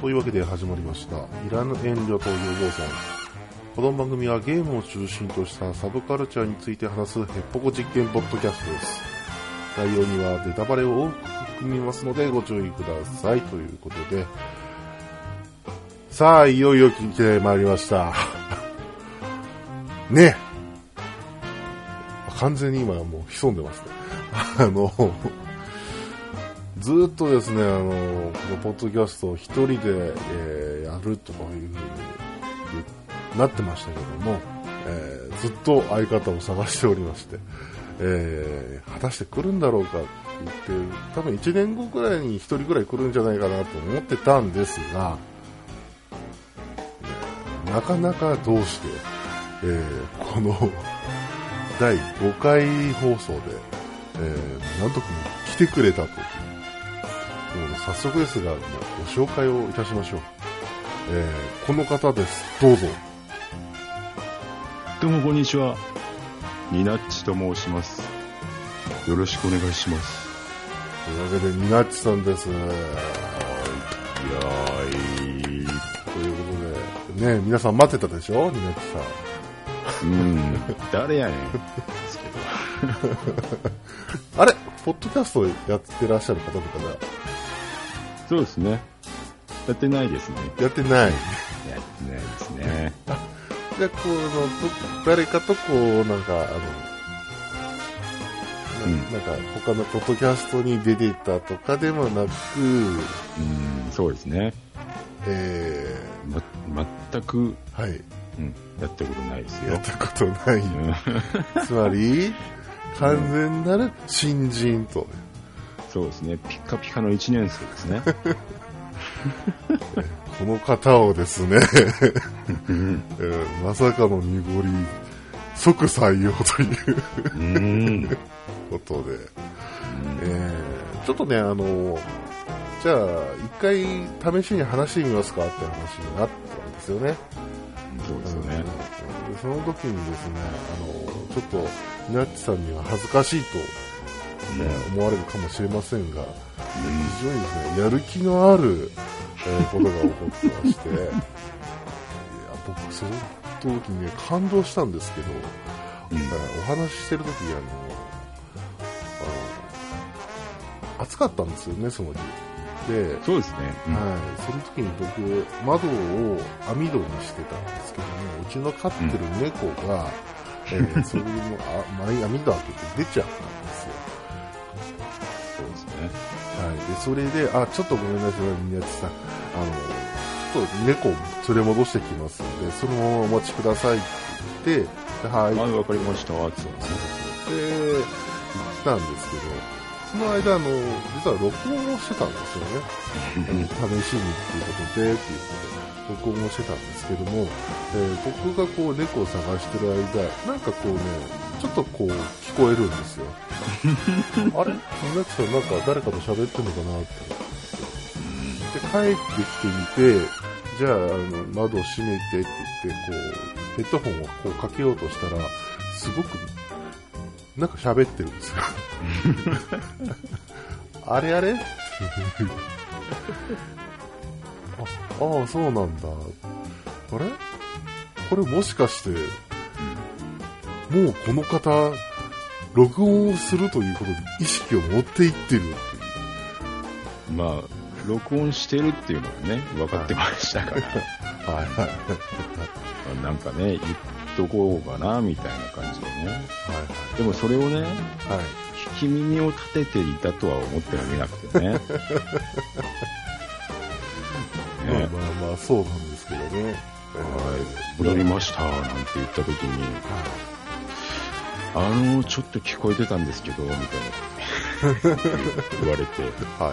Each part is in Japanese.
というわけで始まりましたいらぬ遠慮と予防線。この番組はゲームを中心としたサブカルチャーについて話すヘッポコ実験ポッドキャストです。内容にはネタバレを多く含みますのでご注意くださいということで、さあいよいよ来てまいりましたね。完全に今はもう潜んでますねずーっとですね、このポッドキャストを一人で、やるとかいう風になってましたけども、ずっと相方を探しておりまして、果たして来るんだろうかって言って、多分1年後くらいに1人くらい来るんじゃないかなと思ってたんですが、なかなかどうして、この第5回放送で、なんとか来てくれたという、もう早速ですが、もうご紹介をいたしましょう。この方です。どうぞ。 どうもこんにちは。ニナッチと申します。よろしくお願いします。 というわけでニナッチさんです。ということで、ね、皆さん待ってたでしょ、ニナッチさん。 誰やねん。 あれポッドキャストやってらっしゃる方とかだ。 そうですね。やってないですね。 やってない。 やってないですね。 じゃあ、誰かとなんか、なんか他のポッドキャストに出ていたとかでもなく、 そうですね。全く、 はい。 やったことないですよ。 やったことない。つまり、完全なる新人と。 そうですね。ピカピカの1年生ですね。 この方をですね、まさかの濁り、即採用ということで、ちょっとね、じゃあ、一回試しに話してみますかって話になったんですよね。 そうですよね。 でその時にですね、ちょっと、ニナッチさんには恥ずかしいと、思われるかもしれませんが、非常にですね、やる気のある、ことが起こってまして、いや僕、その時にね、感動したんですけど、お話ししてる時に暑かったんですよね、その日。で、 そうですね。 その時に僕、窓を網戸にしてたんですけども、うちの飼ってる猫が、そういうの網戸開けて出ちゃったんですよ。 そうですね。 はい。で、それで、ちょっとごめんなさい、宮地さん。ちょっと猫を連れ戻してきますので、そのままお待ちくださいって言って、はい。 わかりました。ってで、行ったんですけど、その間、実は録音をしてたんですよね。試しにっていうことで、っていうことで、録音をしてたんですけども、僕が猫を探してる間、なんかちょっと聞こえるんですよ。あれ宮地さんなんか誰かと喋ってんのかなって思って。で、帰ってきてみて、じゃあ、窓を閉めてって言って、ヘッドホンをかけようとしたら、すごく、なんか喋ってるんですよ。あれあれそうなんだ。あれこれもしかして、もうこの方、録音をするということに意識を持っていってるっていう。 まあ、録音してるっていうのはね、分かってましたから。なんかね、言っとこうかな、みたいな感じでね。でもそれをね、聞き耳を立てていたとは思ってはみなくてね。 まあ、そうなんですけどね。 戻りました、なんて言った時に、ちょっと聞こえてたんですけど、みたいな言われて、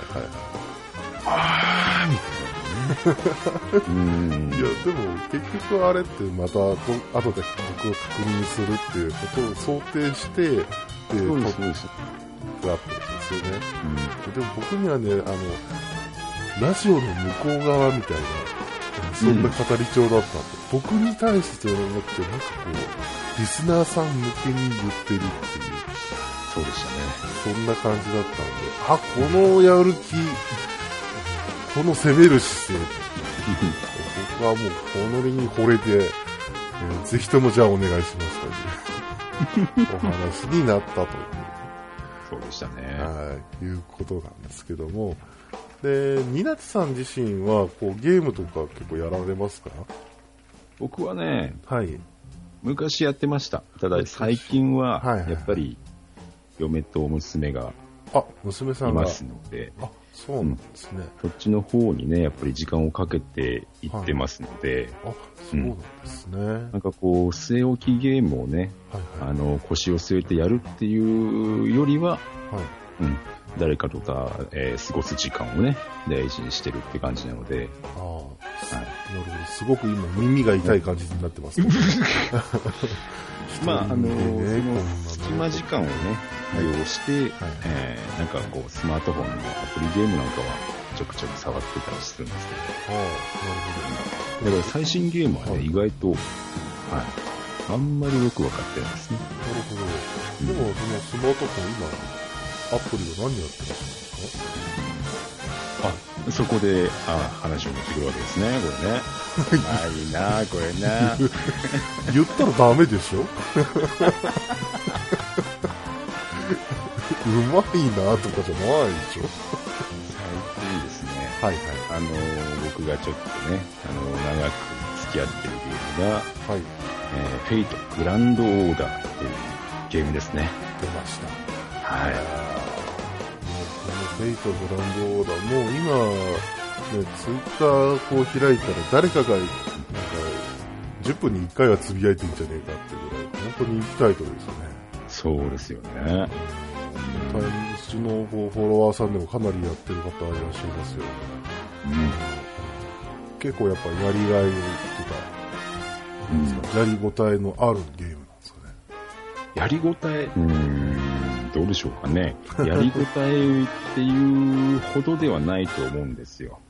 みたいなね。 いや、でも結局あれってまた後で僕を確認するっていうことを想定して、 そうです。 があったんですよね。でも僕にはね、ラジオの向こう側みたいな、そんな語り調だったんで、僕に対してじゃなくて、なんかリスナーさん向けに言ってるっていう。 そうでしたね。 そんな感じだったんで、このやる気、この攻める姿勢、 僕はもうこのノリに惚れて、ぜひともじゃあお願いしますというお話になったという。 そうでしたね。 はい、いうことなんですけども。で、ニナツさん自身はこうゲームとか結構やられますか？ 僕はね、 はい。 昔やってました。ただ最近は、やっぱり、嫁と娘が娘さんがいますので、 そうなんですね、 そっちの方にね、やっぱり時間をかけていってますので、 そうなんですね。 なんかこう、据え置きゲームをね、腰を据えてやるっていうよりは、誰かとか、過ごす時間をね、大事にしてるって感じなので。 なるほど。すごく今耳が痛い感じになってます、ね。 まあ、その隙間時間をね、利用して、なんかこう、スマートフォンのアプリゲームなんかはちょくちょく触ってたりするんですけど。なるほど。だから最新ゲームはね、意外と、あんまりよくわかってないですね。 なるほど。でも、そのスマートフォン今、アプリは何やってらっしゃるんですか？ そこで、話を持ってくるわけですね、これね。いいなこれな言ったらダメでしょうまいなとかじゃないでしょ。最近ですね。僕がちょっとね、長く付き合ってるゲームが、フェイトグランドオーダーというゲームですね。 出ました。フェイトグランドオーダー、もう今、ツイッターこう開いたら誰かが、なんか、10分に1回はつぶやいてんじゃねえかっていうぐらい、本当に人気タイトルですよね。 そうですよね。 うちのフォロワーさんでもかなりやってる方いらっしゃいますよ。結構やっぱやりがいとか、やりごたえのあるゲームなんですかね。やりごたえどうでしょうかね。やりごたえっていうほどではないと思うんですよ。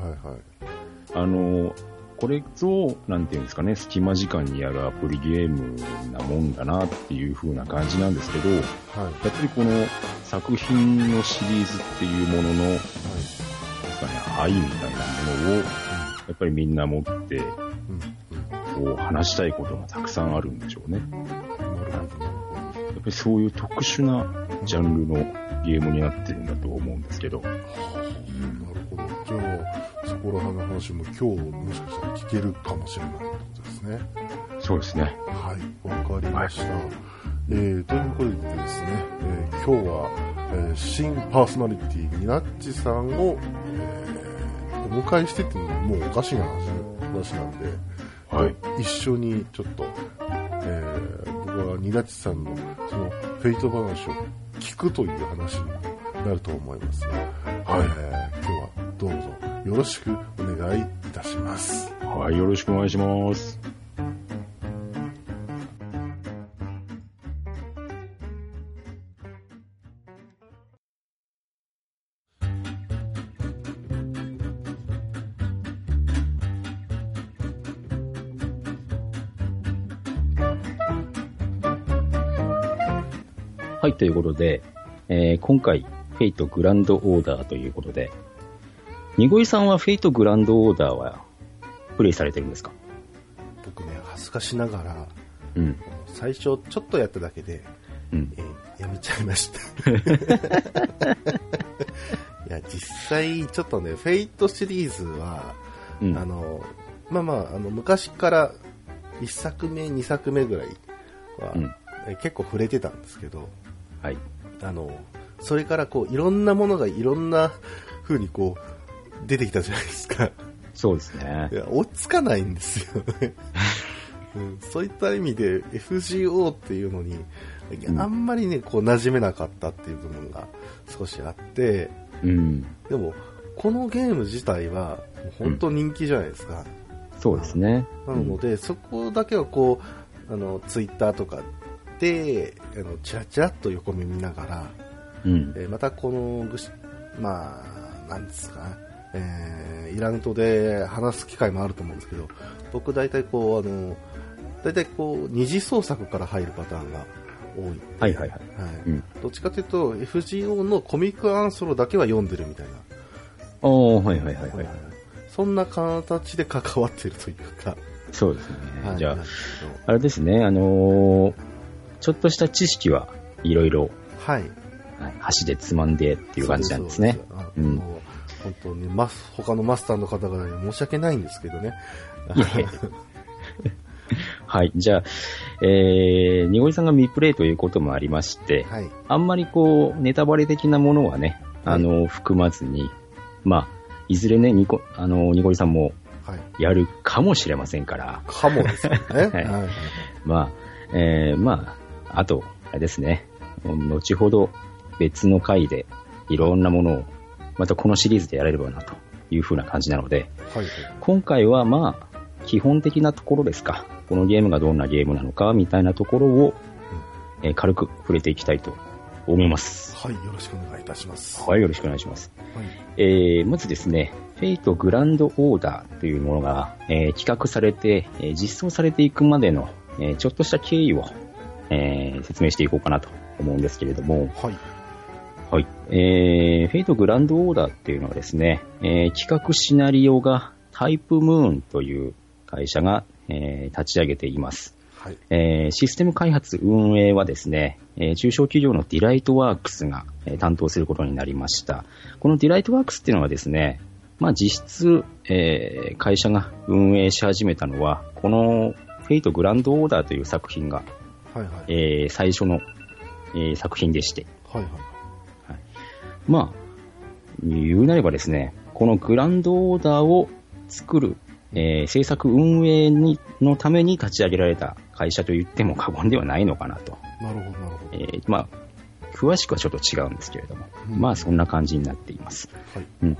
これぞ、なんていうんですかね、隙間時間にやるアプリゲームなもんだなっていう風な感じなんですけど、やっぱりこの作品のシリーズっていうものの、愛みたいなものを、やっぱりみんな持って、こう話したいことがたくさんあるんでしょうね。やっぱりそういう特殊なジャンルのゲームになってるんだと思うんですけど。なるほど。じゃあ、そこら辺の話も今日もしかしたら聞けるかもしれないってことですね。 そうですね。 はい、わかりました。ということでですね、今日は、新パーソナリティニナッチさんを、お迎えしてっていうのももうおかしな話なんで、一緒にちょっと、僕はニナッチさんのそのフェイト話を聞くという話になると思いますが、今日はどうぞよろしくお願いいたします。 はい、よろしくお願いします。 はい、ということで、今回、フェイトグランドオーダーということで、にごいさんはフェイトグランドオーダーはプレイされてるんですか？ 僕ね、恥ずかしながら、最初ちょっとやっただけで、やめちゃいました。いや、実際、ちょっとね、フェイトシリーズは、昔から1作目、2作目ぐらいは、結構触れてたんですけど、それからこういろんなものがいろんな風にこう出てきたじゃないですか。 そうですね。 いや、追っつかないんですよね。そういった意味で FGO っていうのにあんまりねこう馴染めなかったっていう部分が少しあって、でもこのゲーム自体は本当人気じゃないですか。 そうですね。 なので、そこだけはこうツイッターとかでチラチラっと横目見ながら、またこのなんですか、イラネトで話す機会もあると思うんですけど、僕大体こう二次創作から入るパターンが多い。どっちかというと FGO のコミックアンソロだけは読んでるみたいな。 そんな形で関わっているというか。 そうですね。はい、じゃあ、あれですね、ちょっとした知識はいろいろ、 はい。 箸でつまんでっていう感じなんですね。 本当に他のマスターの方々に申し訳ないんですけどね。 はい。じゃあ、にごりさんが未プレイということもありまして、はい、あんまりこう、ネタバレ的なものはね、含まずに、まあ、いずれね、にごりさんも、やるかもしれませんから。 かもですよね。はい。 まあ、あと、あれですね、後ほど別の回でいろんなものを、またこのシリーズでやれればなというふうな感じなので、はい、今回はまあ、基本的なところですか。このゲームがどんなゲームなのかみたいなところを、軽く触れていきたいと思います。 はい、よろしくお願いいたします。 はい、よろしくお願いします。はい、まずですね、フェイトグランドオーダーというものが、企画されて、実装されていくまでの、ちょっとした経緯を、説明していこうかなと思うんですけれども、はい。はい。フェイトグランドオーダーっていうのはですね、企画シナリオがタイプムーンという会社が、立ち上げています。はい。システム開発運営はですね、中小企業のディライトワークスが、担当することになりました。このディライトワークスっていうのはですね、まあ実質、会社が運営し始めたのは、このフェイトグランドオーダーという作品が、はいはい、最初の、作品でして、はいはいはい、まあ言うなればですね、このグランドオーダーを作る、制作運営のために立ち上げられた会社と言っても過言ではないのかなと。 なるほどなるほど。 まあ詳しくはちょっと違うんですけれども、まあそんな感じになっています。はいはい、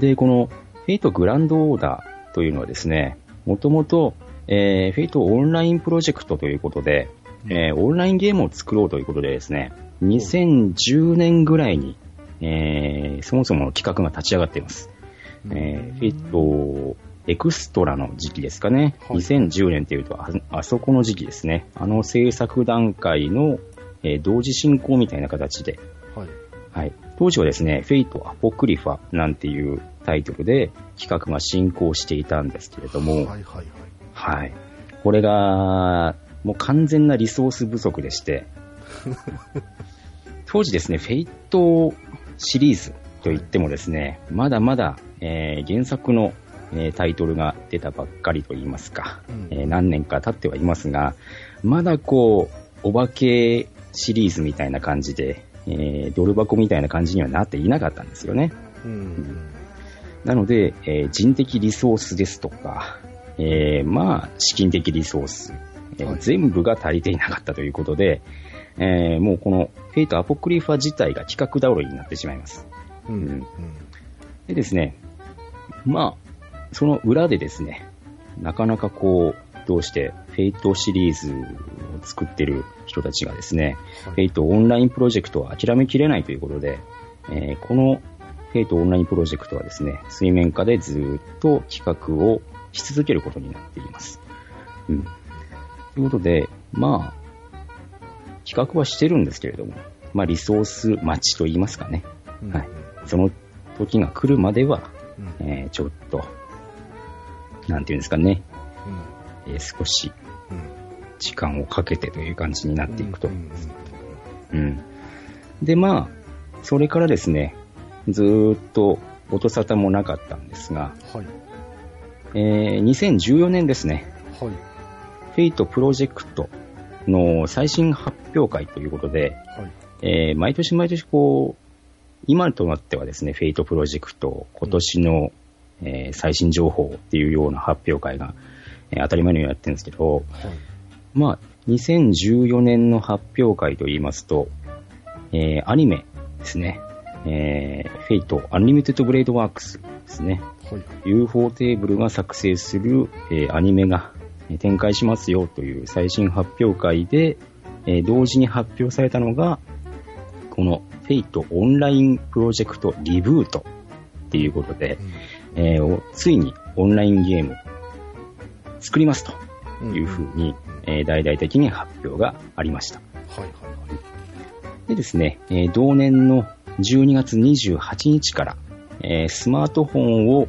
でこのフェイトグランドオーダーというのはですね、もともとフェイトオンラインプロジェクトということで、オンラインゲームを作ろうということでですね、2010年ぐらいに、そもそもの企画が立ち上がっています。フェイトエクストラの時期ですかね。はい、2010年というと あそこの時期ですね。制作段階の、同時進行みたいな形で、はいはい、当時はですね、フェイトアポクリファなんていうタイトルで企画が進行していたんですけれども、はいはいはいはい、これがもう完全なリソース不足でして当時ですね、フェイトシリーズといってもですね、まだまだ、原作の、タイトルが出たばっかりといいますか、何年か経ってはいますが、まだこうお化けシリーズみたいな感じで、ドル箱みたいな感じにはなっていなかったんですよね。なので、人的リソースですとか、まあ資金的リソース、全部が足りていなかったということで、もうこのフェイトアポクリファ自体が企画倒れになってしまいます。でですね、まあその裏でですね、なかなかこうどうしてフェイトシリーズを作ってる人たちがですね、フェイトオンラインプロジェクトを諦めきれないということで、このフェイトオンラインプロジェクトはですね、水面下でずっと企画をし続けることになっています。ということで、まあ企画はしてるんですけれども、まあリソース待ちと言いますかね。はい、その時が来るまでは、ちょっとなんていうんですかね、少し時間をかけてという感じになっていくと。で、まあそれからですね、ずーっと音沙汰もなかったんですが、はい、2014年ですね、はい、フェイトプロジェクトの最新発表会ということで、はい、毎年毎年こう今となってはですね、フェイトプロジェクト今年の、最新情報っていうような発表会が、当たり前のようにやってるんですけど、はい、まあ2014年の発表会といいますと、アニメですね、フェイトアンリミテッドブレードワークスですね、はい、UFO テーブルが作成する、アニメが展開しますよという最新発表会で、同時に発表されたのがこのフェイトオンラインプロジェクトリブートっていうことで、ついにオンラインゲーム作りますというふうに、大々的に発表がありました。はいはいはい、でですね、同年の12月28日から、スマートフォンを、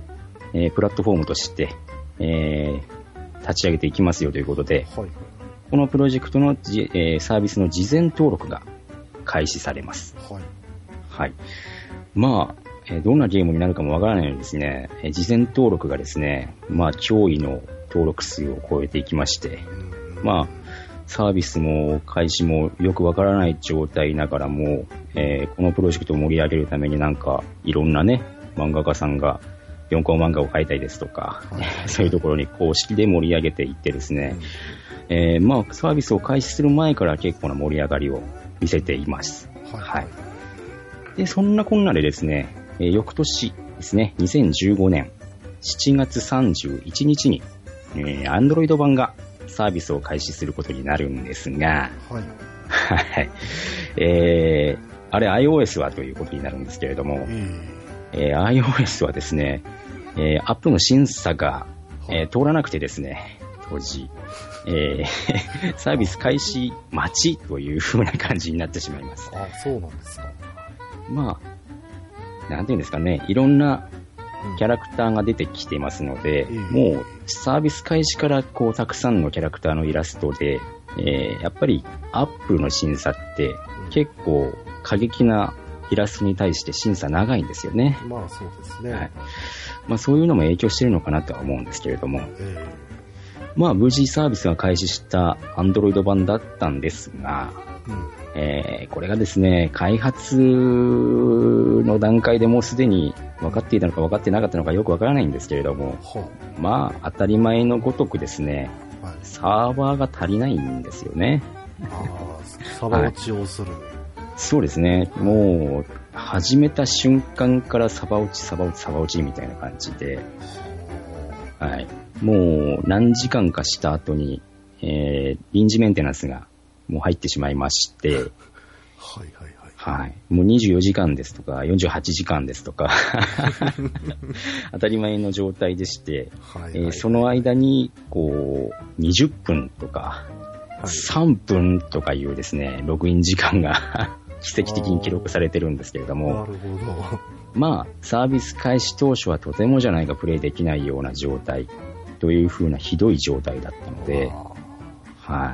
プラットフォームとして、立ち上げていきますよということで、はい、このプロジェクトの、サービスの事前登録が開始されます。はい。はい。まあ、どんなゲームになるかもわからないようにですね、事前登録がですね、まあ、驚異の登録数を超えていきまして、まあ、サービスも開始もよくわからない状態ながらも、このプロジェクトを盛り上げるためになんかいろんなね、漫画家さんが4コマ漫画を描いたりですとか、そういうところに公式で盛り上げていってですね、まあ、サービスを開始する前から結構な盛り上がりを見せています。はい。で、そんなこんなでですね、翌年ですね、2015年7月31日に、Android 版がサービスを開始することになるんですが、はい。はい。あれ iOS はということになるんですけれども、iOS はですね、アップの審査が、通らなくてですね、当時、サービス開始待ちという風な感じになってしまいます。 あ、そうなんですか。 まあ、なんていうんですかね、いろんなキャラクターが出てきてますので、もうサービス開始からこうたくさんのキャラクターのイラストで、やっぱりアップルの審査って結構過激なイラストに対して審査長いんですよね。 まあそうですね。はい。 まあそういうのも影響してるのかなとは思うんですけれども、まあ無事サービスが開始した Android 版だったんですが、これがですね、開発の段階でもうすでに分かっていたのか分かってなかったのかよく分からないんですけれども、まあ当たり前のごとくですね、サーバーが足りないんですよね。 サバ落ちをする、 そうですね。もう始めた瞬間からサバ落ちみたいな感じで、はい。もう何時間かした後に、臨時メンテナンスがもう入ってしまいまして、はいはいはい。はい。もう24時間ですとか、48時間ですとか、当たり前の状態でして、その間に、こう、20分とか、3分とかいうですね、ログイン時間が奇跡的に記録されてるんですけれども、 なるほど。まあ、サービス開始当初はとてもじゃないかプレイできないような状態という風なひどい状態だったので、はい。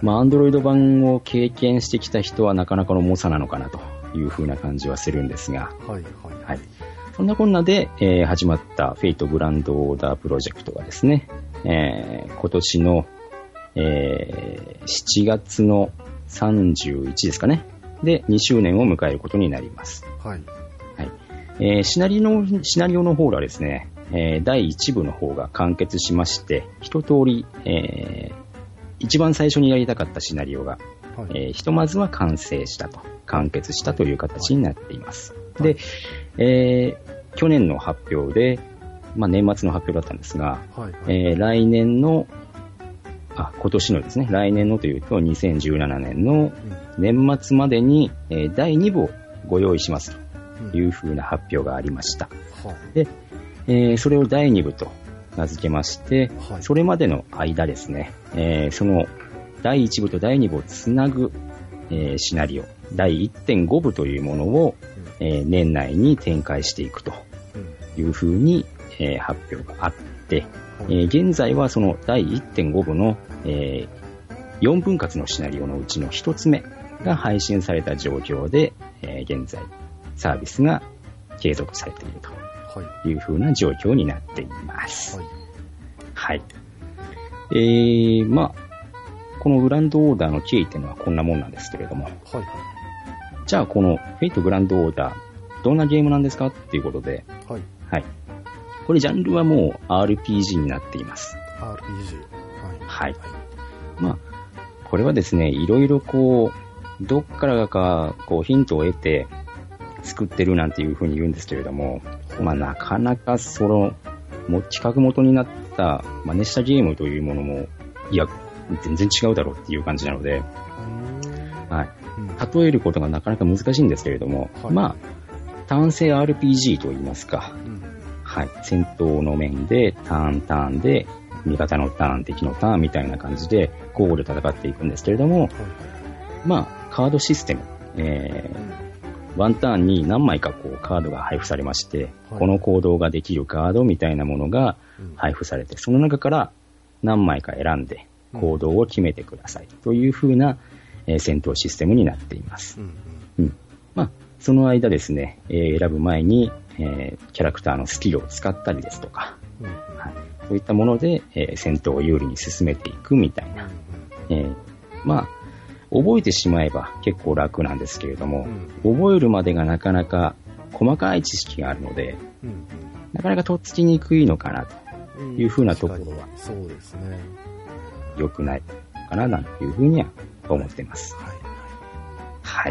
まあ、Android 版を経験してきた人はなかなかの猛者なのかなという風な感じはするんですが、はいはいはい。そんなこんなで、始まったフェイトグランドオーダープロジェクトがですね、今年の、7月の31ですかね。で、2周年を迎えることになります。はい。はい。シナリオの方はですね、第1部の方が完結しまして、一通り、一番最初にやりたかったシナリオが、ひとまずは完結したという形になっています。で、去年の発表で、まあ、年末の発表だったんですが、来年の今年のですね、来年のというと2017年の年末までに、第2部をご用意しますというふうな発表がありました。で、それを第2部と名付けまして、それまでの間ですね、その第1部と第2部をつなぐ、シナリオ、第 1.5 部というものを、年内に展開していくというふうに、発表があって、現在はその第 1.5 部の、4分割のシナリオのうちの1つ目が配信された状況で、現在サービスが継続されているというふうな状況になっています。はい。まあ、このグランドオーダーの経緯というのはこんなもんなんですけれども、じゃあこのフェイトグランドオーダー、どんなゲームなんですかっていうことで、はい。これジャンルはもう RPG になっています。 RPG。 はい。まあ、これはですね、いろいろこう、どっからかこうヒントを得て作ってるなんていうふうに言うんですけれども、まあなかなかその、企画元になった真似したゲームというものも、いや、全然違うだろうっていう感じなので、はい。例えることがなかなか難しいんですけれども、まあ、単性 RPG と言いますか、はい。戦闘の面で、ターンで、味方のターン、敵のターンみたいな感じで、交互で戦っていくんですけれども、まあ、カードシステム、 ワンターンに何枚かこうカードが配布されまして、はい、この行動ができるカードみたいなものが配布されて、その中から何枚か選んで行動を決めてくださいという風な、戦闘システムになっています。まあ、その間ですね、選ぶ前に、キャラクターのスキルを使ったりですとか、はい、そういったもので、戦闘を有利に進めていくみたいな、まあ覚えてしまえば結構楽なんですけれども、覚えるまでがなかなか細かい知識があるので、なかなかとっつきにくいのかなというふうなところは、 そうですね。 良くないかななんていうふうには思っています。はい。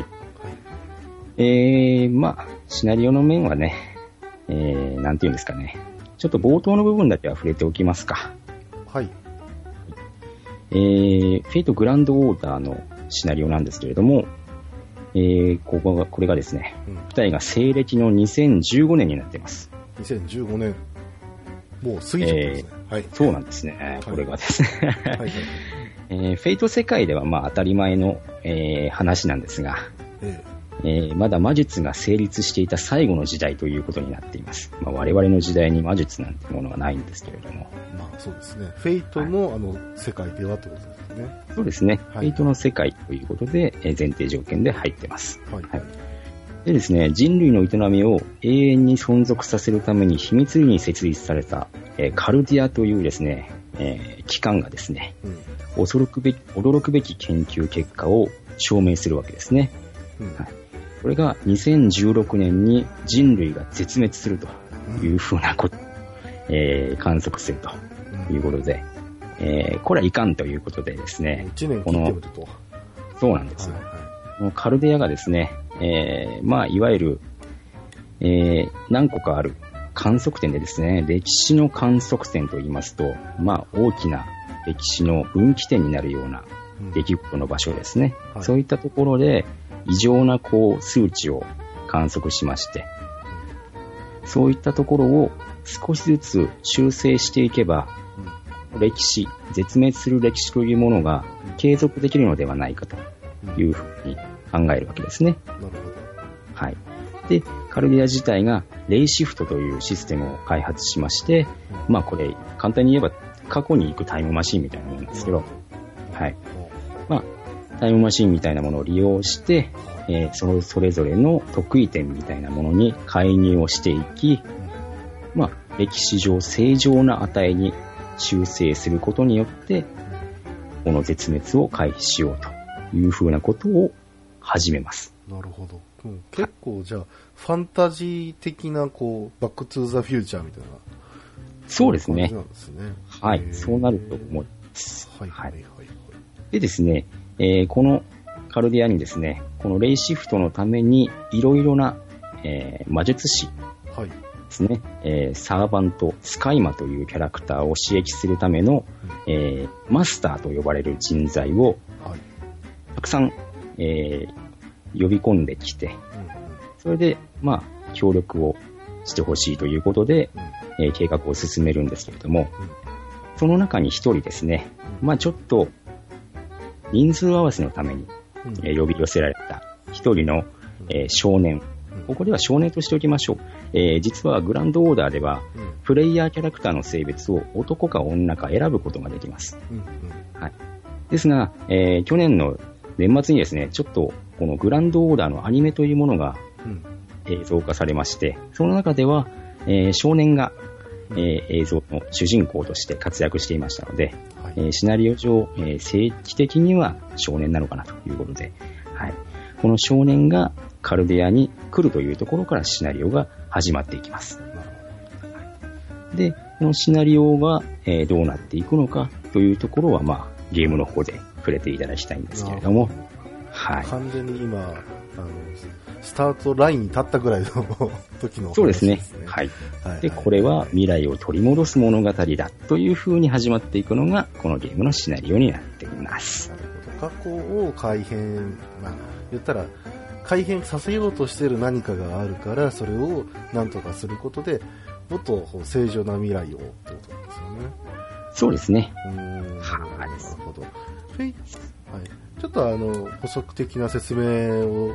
まあ、シナリオの面はね、なんていうんですかね。ちょっと冒頭の部分だけは触れておきますか。 はい。 フェイトグランドオーダーのシナリオなんですけれども、これがですね、舞台が西暦の2015年になっています。 2015年。もう過ぎちゃったんですね。はい。 そうなんですね。これがですね。フェイト世界ではまあ当たり前の、話なんですが、まだ魔術が成立していた最後の時代ということになっています。まあ、我々の時代に魔術なんてものはないんですけれども。 まあそうですね。フェイトの、世界ではってことですね。 そうですね。フェイトの世界ということで、前提条件で入っています。でですね、人類の営みを永遠に存続させるために秘密裏に設立された、カルディアというですね、機関がですね、驚くべき研究結果を証明するわけですね。これが2016年に人類が絶滅するというふうなこと、観測するということで、これはいかんということでですね、 1年切ってみると。 そうなんですよ。このカルデアがですね、まあ、いわゆる、何個かある観測点でですね、歴史の観測点といいますと、まあ、大きな歴史の分岐点になるような出来事の場所ですね。そういったところで、異常なこう数値を観測しまして、そういったところを少しずつ修正していけば、絶滅する歴史というものが継続できるのではないかというふうに考えるわけですね。 なるほど。 はい。で、カルディア自体がレイシフトというシステムを開発しまして、まあこれ簡単に言えば過去に行くタイムマシンみたいなものなんですけど、はい。まあタイムマシンみたいなものを利用して、それぞれの得意点みたいなものに介入をしていき、まあ、歴史上正常な値に修正することによって、この絶滅を回避しようというふうなことを始めます。 なるほど。結構じゃあ、ファンタジー的な、こう、バックトゥーザフューチャーみたいな。 そうですね。 なんですね。 はい。そうなると思います。でですね、このカルディアにですね、このレイシフトのためにいろいろな、魔術師ですね、サーバント、スカイマというキャラクターを刺激するための、マスターと呼ばれる人材を、たくさん、呼び込んできて、それで、まあ、協力をしてほしいということで、計画を進めるんですけれども、その中に一人ですね、まあちょっと人数合わせのために、呼び寄せられた一人の、少年。ここでは少年としておきましょう。実はグランドオーダーでは、プレイヤーキャラクターの性別を男か女か選ぶことができます。はい、ですが、去年の年末にですね、ちょっとこのグランドオーダーのアニメというものが、映像化されまして、その中では、少年が、映像の主人公として活躍していましたので、シナリオ上、正規的には少年なのかなということで、はい、この少年がカルデアに来るというところからシナリオが始まっていきます。で、このシナリオが、どうなっていくのかというところは、まあ、ゲームの方で触れていただきたいんですけれども、はい、 完全に今スタートラインに立ったぐらいの時の話ですね。 そうですね。はい。で、これは未来を取り戻す物語だという風に始まっていくのが、このゲームのシナリオになっています。 なるほど。過去を改変、言ったら、改変させようとしている何かがあるから、それを何とかすることで、もっと正常な未来をってことなんですよね。 そうですね。 なるほど。はい。ちょっと補足的な説明を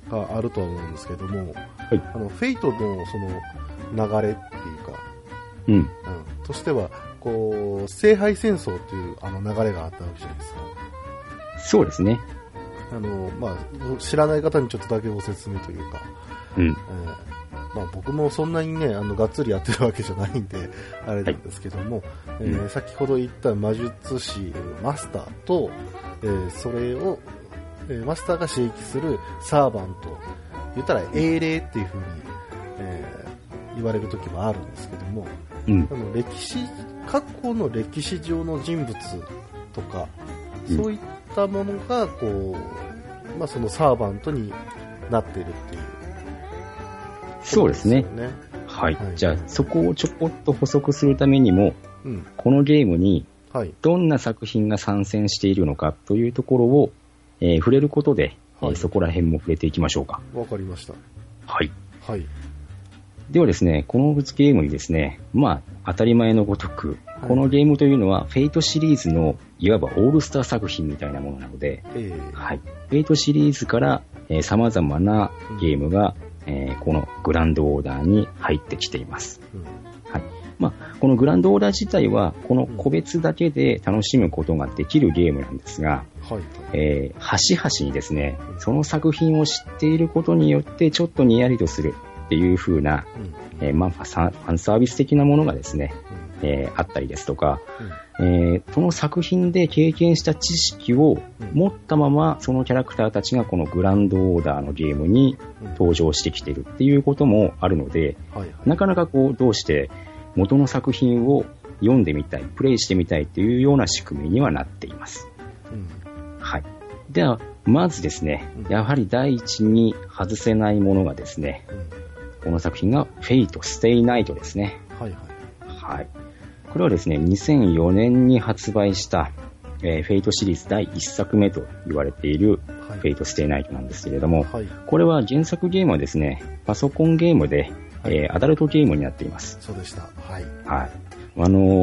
があるとは思うんですけども、 はい、 フェイトのその流れっていうか、としてはこう聖杯戦争という流れがあったわけじゃないですか。 そうですね。 知らない方にちょっとだけご説明というか、僕もそんなにねがっつりやってるわけじゃないんであれなんですけども、先ほど言った魔術師マスターと、それを、マスターが刺激するサーバント、言ったら英霊っていう風に、言われる時もあるんですけども、過去の歴史上の人物とか、そういったものがこう、そのサーバントになっているっていう、 そうですね。はい。じゃあ、そこをちょこっと補足するためにも、このゲームにどんな作品が参戦しているのかというところを、触れることで、そこら辺も触れていきましょうか。 わかりました。 はい。 はい。 ではですね、このゲームにですね、当たり前のごとく、このゲームというのは、フェイトシリーズのいわばオールスター作品みたいなものなので、はい。フェイトシリーズから、様々なゲームが、このグランドオーダーに入ってきています。はい。このグランドオーダー自体は、この個別だけで楽しむことができるゲームなんですが、端々にですね、その作品を知っていることによってちょっとにやりとするっていう風な、ファンサービス的なものがですね、あったりですとか、その作品で経験した知識を持ったままそのキャラクターたちがこのグランドオーダーのゲームに登場してきているっていうこともあるので、なかなかこうどうして元の作品を読んでみたい、プレイしてみたいっていうような仕組みにはなっています。はい。では、まずですね、やはり第一に外せないものがですね、この作品がフェイト・ステイ・ナイトですね。はい。これはですね、2004年に発売した、フェイトシリーズ第1作目と言われているフェイト・ステイ・ナイトなんですけれども、これは原作ゲームはですね、パソコンゲームで、アダルトゲームになっています。 そうでした。はい。 はい。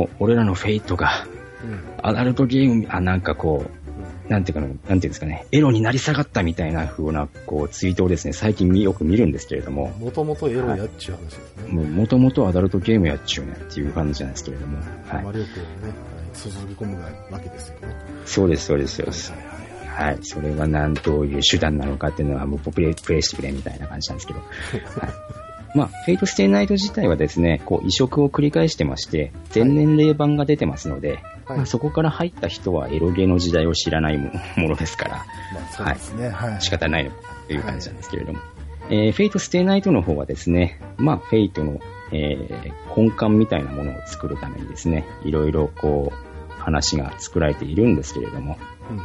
俺らのフェイトが、アダルトゲーム、なんかこう、なんていうんですかね、エロになり下がったみたいな風な、こう、ツイートをですね、最近よく見るんですけれども。 もともとエロやっちゅう話ですね。 もともとアダルトゲームやっちゅうねっていう感じなんですけれども。 はい。マリオ君をね、注ぎ込むわけですよね。 そうです。はい。それがどういう手段なのかっていうのは、もうプレイしてくれみたいな感じなんですけど。はい。フェイトステイナイト自体はですね、こう移植を繰り返してまして、全年齢版が出てますので、そこから入った人はエロゲの時代を知らないものですから、 そうですね。 仕方ないのかという感じなんですけれども、フェイトステイナイトの方はですね、フェイトの、根幹みたいなものを作るためにですね、いろいろこう話が作られているんですけれども、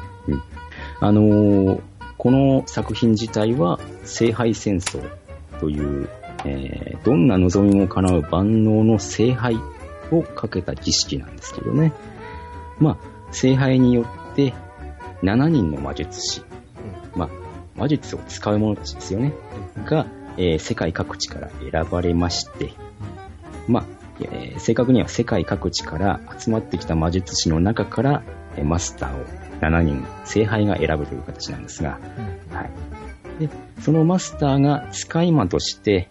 この作品自体は聖杯戦争というどんな望みも叶う万能の聖杯をかけた儀式なんですけどね。聖杯によって7人の魔術師、魔術を使う者たちですよね、が、世界各地から選ばれまして、正確には世界各地から集まってきた魔術師の中からマスターを7人聖杯が選ぶという形なんですが、でそのマスターが使い魔として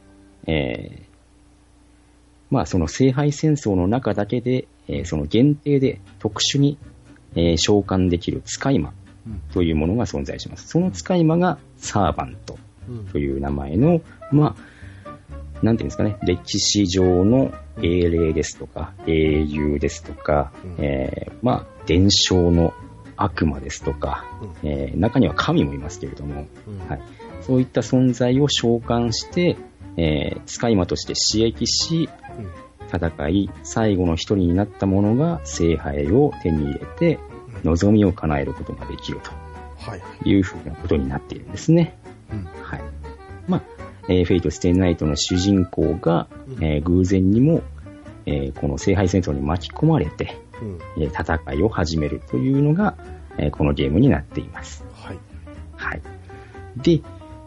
その聖杯戦争の中だけで、その限定で特殊に、召喚できる使い魔というものが存在します。その使い魔がサーバントという名前の、なんていうんですかね、歴史上の英霊ですとか、英雄ですとか、伝承の悪魔ですとか、中には神もいますけれども、そういった存在を召喚して、使い魔として刺激し、戦い、最後の一人になった者が聖杯を手に入れて、望みを叶えることができるというふうなことになっているんですね。フェイト・ステイ・ナイトの主人公が、偶然にも、この聖杯戦争に巻き込まれて、戦いを始めるというのが、このゲームになっています。で、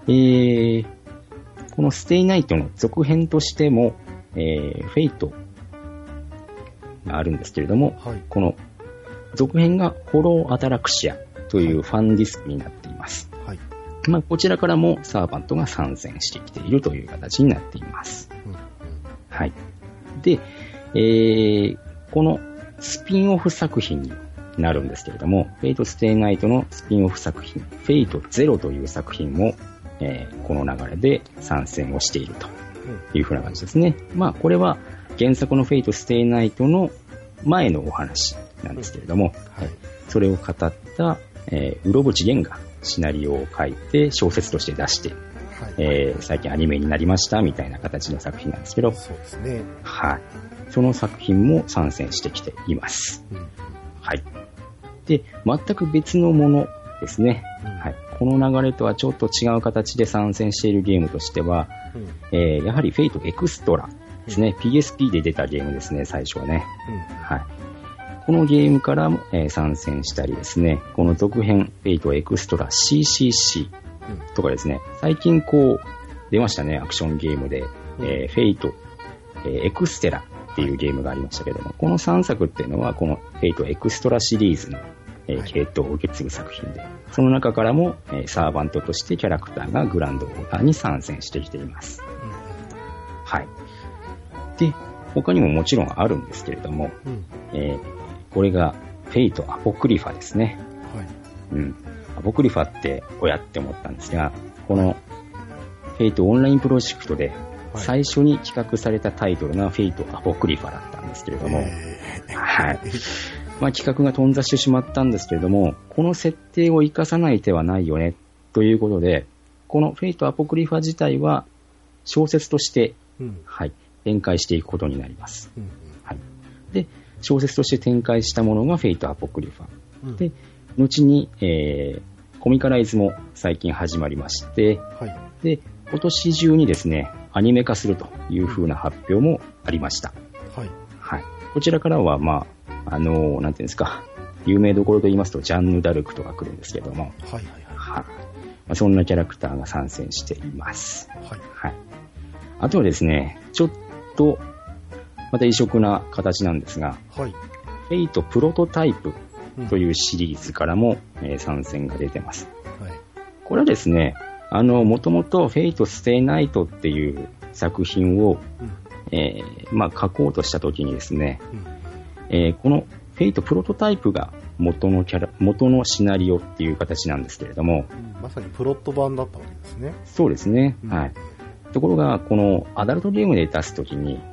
このステイナイトの続編としても、フェイトがあるんですけれども、この続編がホローアタラクシアというファンディスクになっています。 こちらからもサーバントが参戦してきているという形になっています。はい。で、このスピンオフ作品になるんですけれども、フェイトステイナイトのスピンオフ作品、フェイトゼロという作品も、この流れで参戦をしているというふうな感じですね。これは原作のフェイトステイナイトの前のお話なんですけれども、はい、それを語った、うろぶちげんがシナリオを書いて小説として出して、最近アニメになりましたみたいな形の作品なんですけど、 そうですね。 はい。その作品も参戦してきています。はい。で、全く別のものですね。はい。この流れとはちょっと違う形で参戦しているゲームとしては、やはりフェイトエクストラですね。PSP で出たゲームですね、最初はね。はい。このゲームからも、参戦したりですね、この続編、フェイトエクストラ CCC とかですね、最近出ましたね、アクションゲームで、フェイト、エクステラっていうゲームがありましたけども、この3作っていうのは、このフェイトエクストラシリーズの、系統を受け継ぐ作品で、その中からも、サーバントとしてキャラクターがグランドオーダーに参戦してきています。はい。で、他にももちろんあるんですけれども、これがフェイトアポクリファですね。アポクリファって親って思ったんですが、このフェイトオンラインプロジェクトで最初に企画されたタイトルがフェイトアポクリファだったんですけれども、はい。企画が頓挫してしまったんですけれども、この設定を生かさない手はないよねということで、このフェイトアポクリファ自体は小説として、はい、展開していくことになります。はい。で、小説として展開したものがフェイトアポクリファ。で、後に、コミカライズも最近始まりまして、で、今年中にですね、アニメ化するという風な発表もありました。はい。こちらからは、なんていうんですか、有名どころと言いますと、ジャンヌ・ダルクとか来るんですけども、そんなキャラクターが参戦しています。はい。あとはですね、ちょっと、また異色な形なんですが、フェイトプロトタイプというシリーズからも、参戦が出てます。これはですね、もともとフェイトステイナイトっていう作品を、書こうとしたときにですね、このフェイトプロトタイプが元のシナリオっていう形なんですけれども、 まさにプロット版だったわけですね。 そうですね。はい。ところが、このアダルトゲームで出すときに、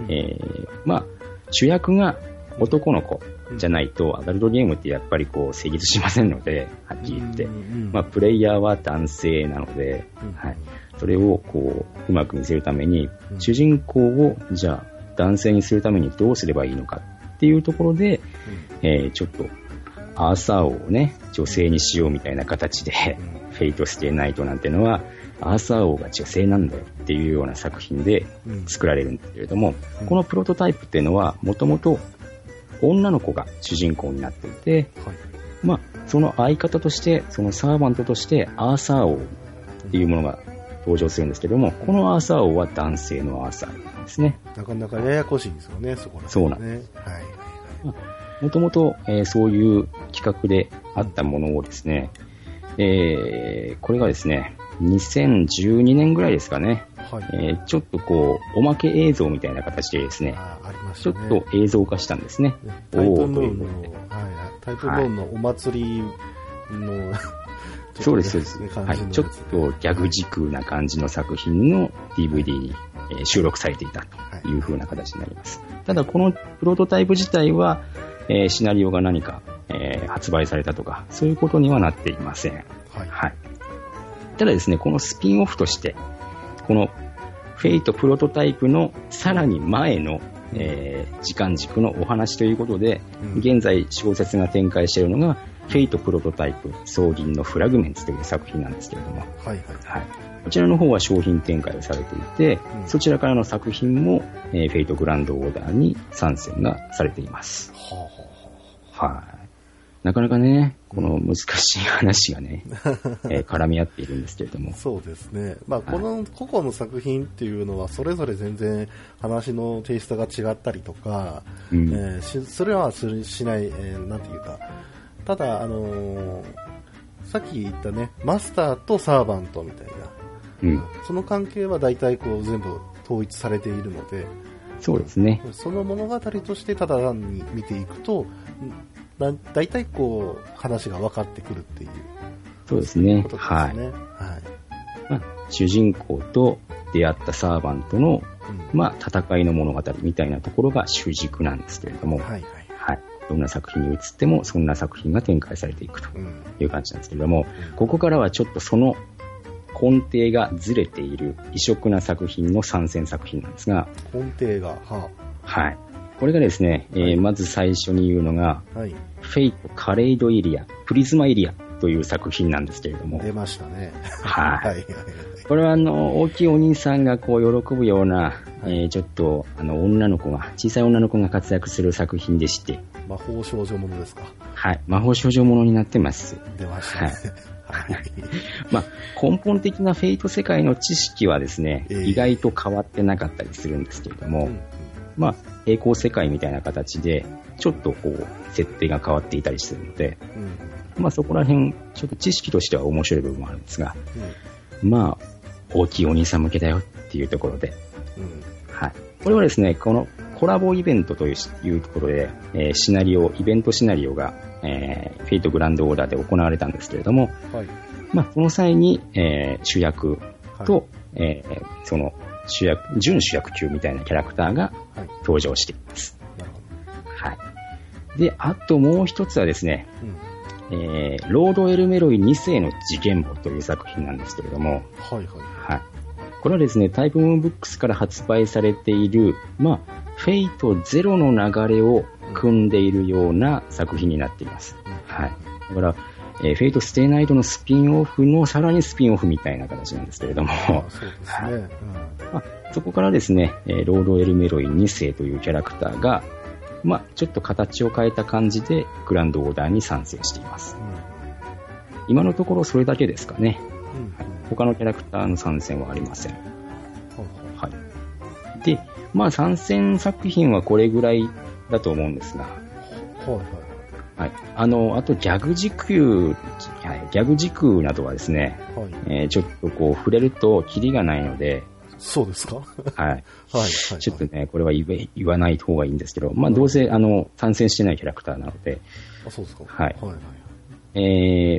主役が男の子じゃないと、アダルトゲームってやっぱり成立しませんので、はっきり言って。プレイヤーは男性なので、はい。それをうまく見せるために、主人公を、じゃあ、男性にするためにどうすればいいのかっていうところで、ちょっと、アーサー王をね、女性にしようみたいな形で、フェイトステイナイトなんてのは、アーサー王が女性なんだよっていうような作品で作られるんですけれども、このプロトタイプっていうのは、もともと女の子が主人公になっていて、その相方として、そのサーバントとして、アーサー王っていうものが登場するんですけども、このアーサー王は男性のアーサー王なんですね。 なかなかややこしいんですよね、そこら辺ね。 そうなんです。もともとそういう企画であったものをですね、これがですね、2012年ぐらいですかね、ちょっとおまけ映像みたいな形でですね、ちょっと映像化したんですね。 タイプムーンの、タイプムーンのお祭りの、 そうです、そうです。はい。ちょっとギャグ軸な感じの作品の DVD に収録されていたという風な形になります。ただこのプロトタイプ自体は、シナリオが何か、発売されたとか、そういうことにはなっていません。はい。ただですね、このスピンオフとして、このフェイトプロトタイプのさらに前の、時間軸のお話ということで、現在小説が展開しているのが、フェイトプロトタイプ、双銀のフラグメンツという作品なんですけれども、こちらの方は商品展開をされていて、そちらからの作品も、フェイトグランドオーダーに参戦がされています。なかなかね、この難しい話がね、絡み合っているんですけれども。 そうですね。この個々の作品っていうのは、それぞれ全然話のテイストが違ったりとか、それはしない、なんていうか、ただ、 さっき言ったね、マスターとサーバントみたいな、その関係は大体こう全部統一されているので、 そうですね。 その物語としてただ単に見ていくと、大体こう話が分かってくるっていう。 そうですね。 ことですね。はい。 まあ、主人公と出会ったサーバントの、まあ、戦いの物語みたいなところが主軸なんですけれども、はい。どんな作品に移っても、そんな作品が展開されていくという感じなんですけれども、ここからはちょっとその根底がずれている異色な作品の参戦作品なんですが、 根底が、 はい。これがですね、まず最初に言うのが、フェイト・カレイド・エリア、プリズマ・エリアという作品なんですけれども。 出ましたね。 はい。これは大きいお兄さんがこう喜ぶような、ちょっと女の子が、小さい女の子が活躍する作品でして。 魔法少女ものですか？ はい。魔法少女ものになってます。 出ましたね。 はい。まあ、根本的なフェイト世界の知識はですね、意外と変わってなかったりするんですけれども、まあ、平行世界みたいな形で、ちょっとこう、設定が変わっていたりするので、まあそこら辺、ちょっと知識としては面白い部分もあるんですが、まあ、大きいお兄さん向けだよっていうところで、はい。これはですね、このコラボイベントというところで、イベントシナリオが、フェイトグランドオーダーで行われたんですけれども、まあ、この際に、主役と、その準主役級みたいなキャラクターが登場しています。はい。で、あともう一つはですね、ロード・エルメロイ2世の事件簿という作品なんですけれども、はい。これはですね、タイプムーンブックスから発売されている、まあ、フェイトゼロの流れを組んでいるような作品になっています。はい。だから、フェイトステイナイトのスピンオフのさらにスピンオフみたいな形なんですけれども、 そうですね。 まあ、そこからですね、ロード・エルメロイ2世というキャラクターが、まあ、ちょっと形を変えた感じでグランドオーダーに参戦しています。今のところそれだけですかね。他のキャラクターの参戦はありません。はい。で、まあ参戦作品はこれぐらいだと思うんですが、はい。あとギャグ軸などはですね、ちょっとこう触れるとキリがないので、 そうですか？ はい。ちょっとね、これは言わない方がいいんですけど、まあどうせ参戦してないキャラクターなので、 そうですか？ はい。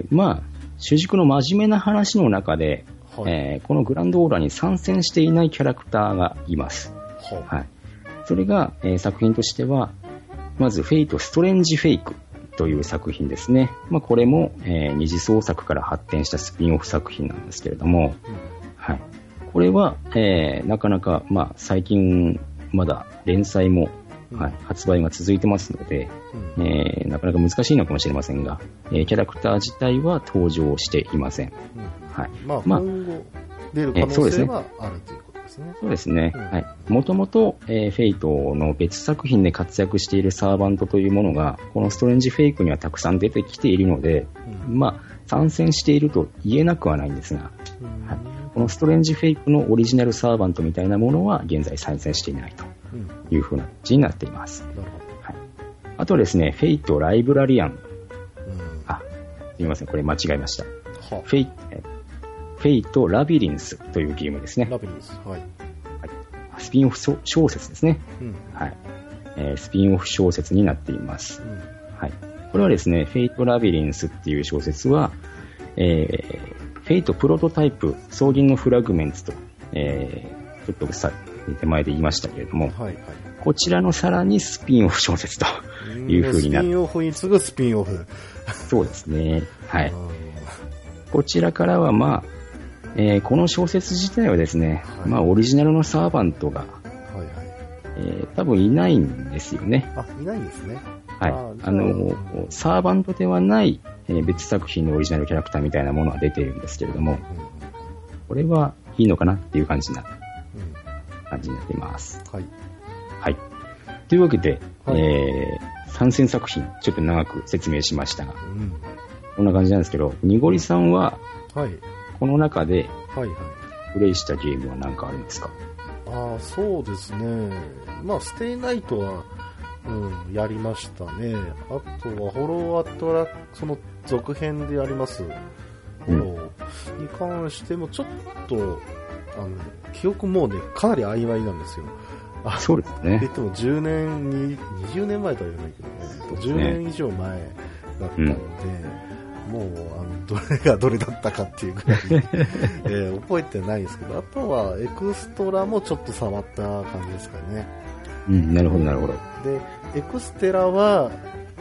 まあ、主軸の真面目な話の中で、このグランドオーダーに参戦していないキャラクターがいます。はい。それが、作品としては、まずフェイトストレンジフェイクという作品ですね。まあこれも、二次創作から発展したスピンオフ作品なんですけれども、はい。これは、なかなか、まあ最近まだ連載も、発売が続いてますので、なかなか難しいのかもしれませんが、キャラクター自体は登場していません。はい。 まあ、今後出る可能性はあるということですね。 そうですね。はい。もともと、フェイトの別作品で活躍しているサーバントというものが、このストレンジフェイクにはたくさん出てきているので、まあ、参戦していると言えなくはないんですが、はい。このストレンジフェイクのオリジナルサーバントみたいなものは現在参戦していないというふうな感じになっています。はい、あとですね、フェイトライブラリアン。すみません、これ間違えました。フェイトラビリンスというゲームですね。 ラビリンス。はい。 スピンオフ小説ですね。はい。スピンオフ小説になっています。はい。これはですね、フェイトラビリンスっていう小説は、フェイトプロトタイプ、双銀のフラグメンツと、ちょっと手前で言いましたけれども、こちらのさらにスピンオフ小説という風になって、 スピンオフに次ぐスピンオフ。 そうですね。はい。こちらからはまあ、この小説自体はですね、まあオリジナルのサーバントが、多分いないんですよね。 いないんですね。 はい。サーバントではない、別作品のオリジナルキャラクターみたいなものは出ているんですけれども、これはいいのかなっていう感じになっています。はい。はい。というわけで、参戦作品、ちょっと長く説明しましたが、こんな感じなんですけど、にごりさんは、この中で、プレイしたゲームは何かあるんですか？ そうですね。まあ、ステイナイトは、やりましたね。あとは、ホローアトラク、その続編でありますものに関してもちょっと記憶もねかなり曖昧なんですよ。 そうですね。 言っても10年に20年前とは言わないけどね、10年以上前だったので、もうどれがどれだったかっていうぐらい、覚えてないんですけど、あとはエクストラもちょっと触った感じですかね。 なるほどなるほど。 でエクステラは、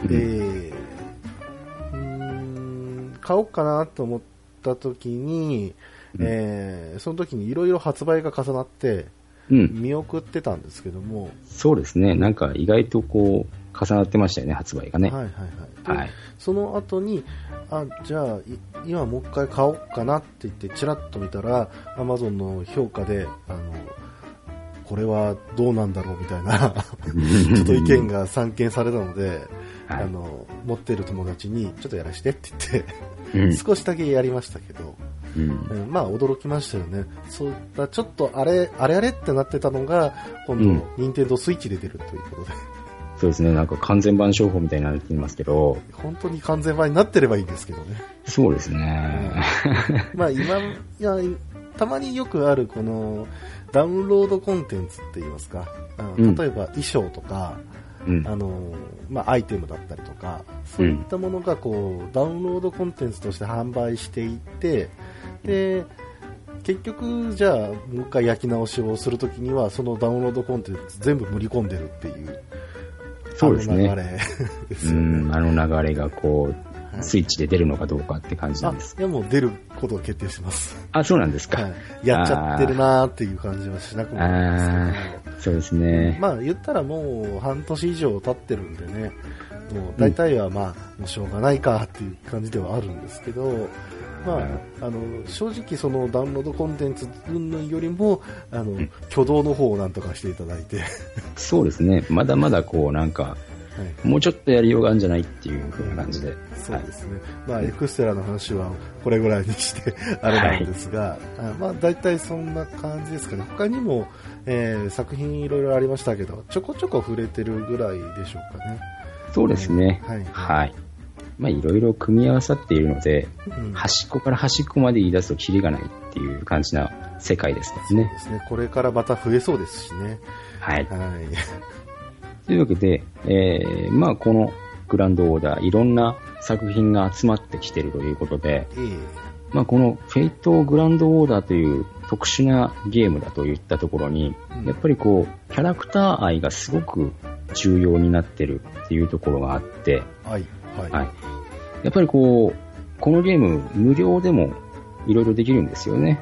買おうかなと思った時に、その時にいろいろ発売が重なって見送ってたんですけども、 そうですね。なんか意外とこう重なってましたよね、発売がね。 はいはいはい。はい、その後にじゃあ今もう一回買おうかなって言ってチラッと見たら Amazon の評価でこれはどうなんだろうみたいなちょっと意見が散見されたので、はい、持ってる友達にちょっとやらしてって言って少しだけやりましたけど、まあ驚きましたよね。そういったちょっとあれってなってたのが今度、任天堂スイッチで出るということで。 そうですね。なんか完全版商法みたいになっていますけど、 本当に完全版になってればいいんですけどね。 そうですね。 まあたまによくあるこのダウンロードコンテンツって言いますか、例えば衣装とか、まあ、アイテムだったりとか、そういったものがこうダウンロードコンテンツとして販売していて、で結局じゃあもう一回焼き直しをするときにはそのダウンロードコンテンツ全部盛り込んでるっていう、 そうですね。 流れですよね。 流れがこうスイッチで出るのかどうかって感じなんです。 いやもう出ることが決定してます。 そうなんですか。 やっちゃってるなーっていう感じはしなくもないんですけど。 そうですね。 まあ言ったらもう半年以上経ってるんでね、もう大体はまあもうしょうがないかっていう感じではあるんですけど、まあ正直そのダウンロードコンテンツ云々よりも挙動の方をなんとかしていただいて。 そうですね。まだまだこうなんか。もうちょっとやりようがあるんじゃないっていう風な感じで。 そうですね。まあエクステラの話はこれぐらいにしてあれなんですが、まあ大体そんな感じですかね。他にも、作品いろいろありましたけど、ちょこちょこ触れてるぐらいでしょうかね。 そうですね。はい。まあいろいろ組み合わさっているので、端っこから端っこまで言い出すとキリがないっていう感じな世界ですね。 そうですね。これからまた増えそうですしね。 はい。というわけで、まあこのグランドオーダーいろんな作品が集まってきているということで、まあこのフェイトグランドオーダーという特殊なゲームだといったところに、やっぱりこうキャラクター愛がすごく重要になってるっていうところがあって、やっぱりこのゲーム無料でもいろいろできるんですよね。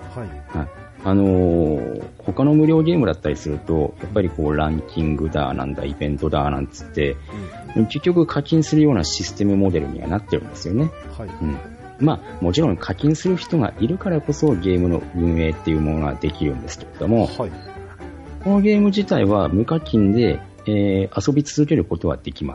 他の無料ゲームだったりすると、やっぱりこうランキングだなんだイベントだなんつって、結局課金するようなシステムモデルにはなってるんですよね。まあもちろん課金する人がいるからこそゲームの運営っていうものができるんですけれども、このゲーム自体は無課金で、遊び続けることはできます。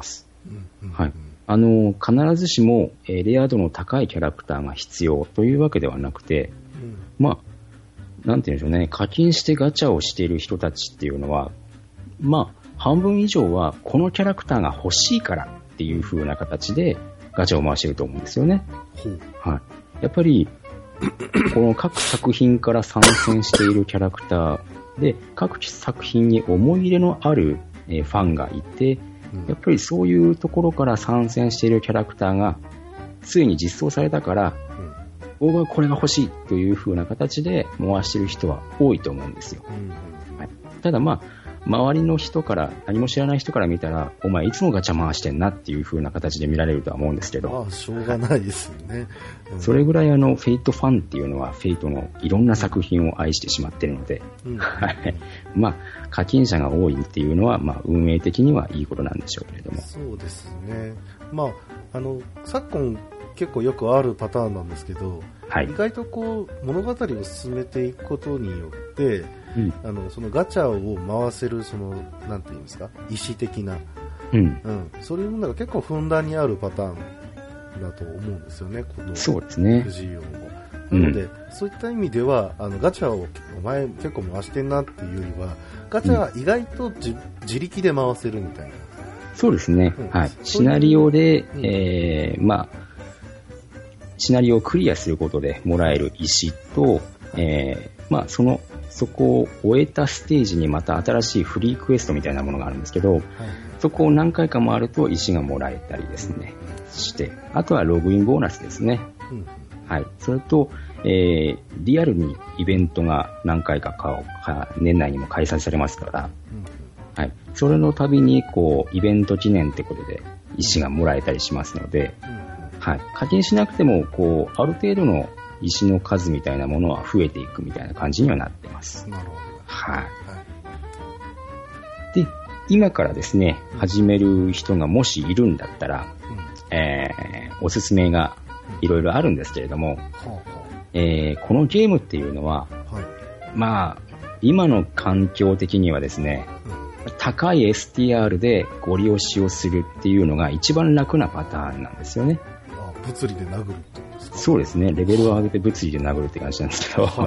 必ずしも、レア度の高いキャラクターが必要というわけではなくて、まあなんていうんでしょうね、課金してガチャをしている人たちっていうのは、まあ、半分以上はこのキャラクターが欲しいからっていう風な形でガチャを回してると思うんですよね。やっぱり、この各作品から参戦しているキャラクターで、各作品に思い入れのあるファンがいて、やっぱりそういうところから参戦しているキャラクターが、ついに実装されたから、僕はこれが欲しいという風な形で回してる人は多いと思うんですよ。ただまあ、周りの人から、何も知らない人から見たら、お前いつもガチャ回してんなっていう風な形で見られるとは思うんですけど。 しょうがないですよね。 それぐらいフェイトファンっていうのは、フェイトのいろんな作品を愛してしまってるので、まあ、課金者が多いっていうのは、まあ、運営的にはいいことなんでしょうけれども。 そうですね。まあ、昨今、結構よくあるパターンなんですけど、意外とこう物語を進めていくことによって、そのガチャを回せるなんていうんですか、意思的な、そういうものが結構ふんだんにあるパターンだと思うんですよね。このそうですね。 藤井王も。なので、そういった意味ではガチャをお前結構回してんなっていうよりは、ガチャが意外と自力で回せるみたいな。 そうですね。シナリオで、まあシナリオをクリアすることでもらえる石と、そこを終えたステージにまた新しいフリークエストみたいなものがあるんですけど、そこを何回か回ると石がもらえたりですね、して、あとはログインボーナスですね。はい。それと、リアルにイベントが何回か年内にも開催されますから、はい。それの度に、イベント記念ってことで石がもらえたりしますので、はい。課金しなくても、ある程度の石の数みたいなものは増えていくみたいな感じにはなっています。 なるほど。 はい。で、今からですね、始める人がもしいるんだったら、おすすめがいろいろあるんですけれども、このゲームっていうのは、今の環境的にはですね、高い STR でゴリ押しをするっていうのが一番楽なパターンなんですよね。 物理で殴るってことですか？ そうですね。レベルを上げて物理で殴るって感じなんですけど、はい。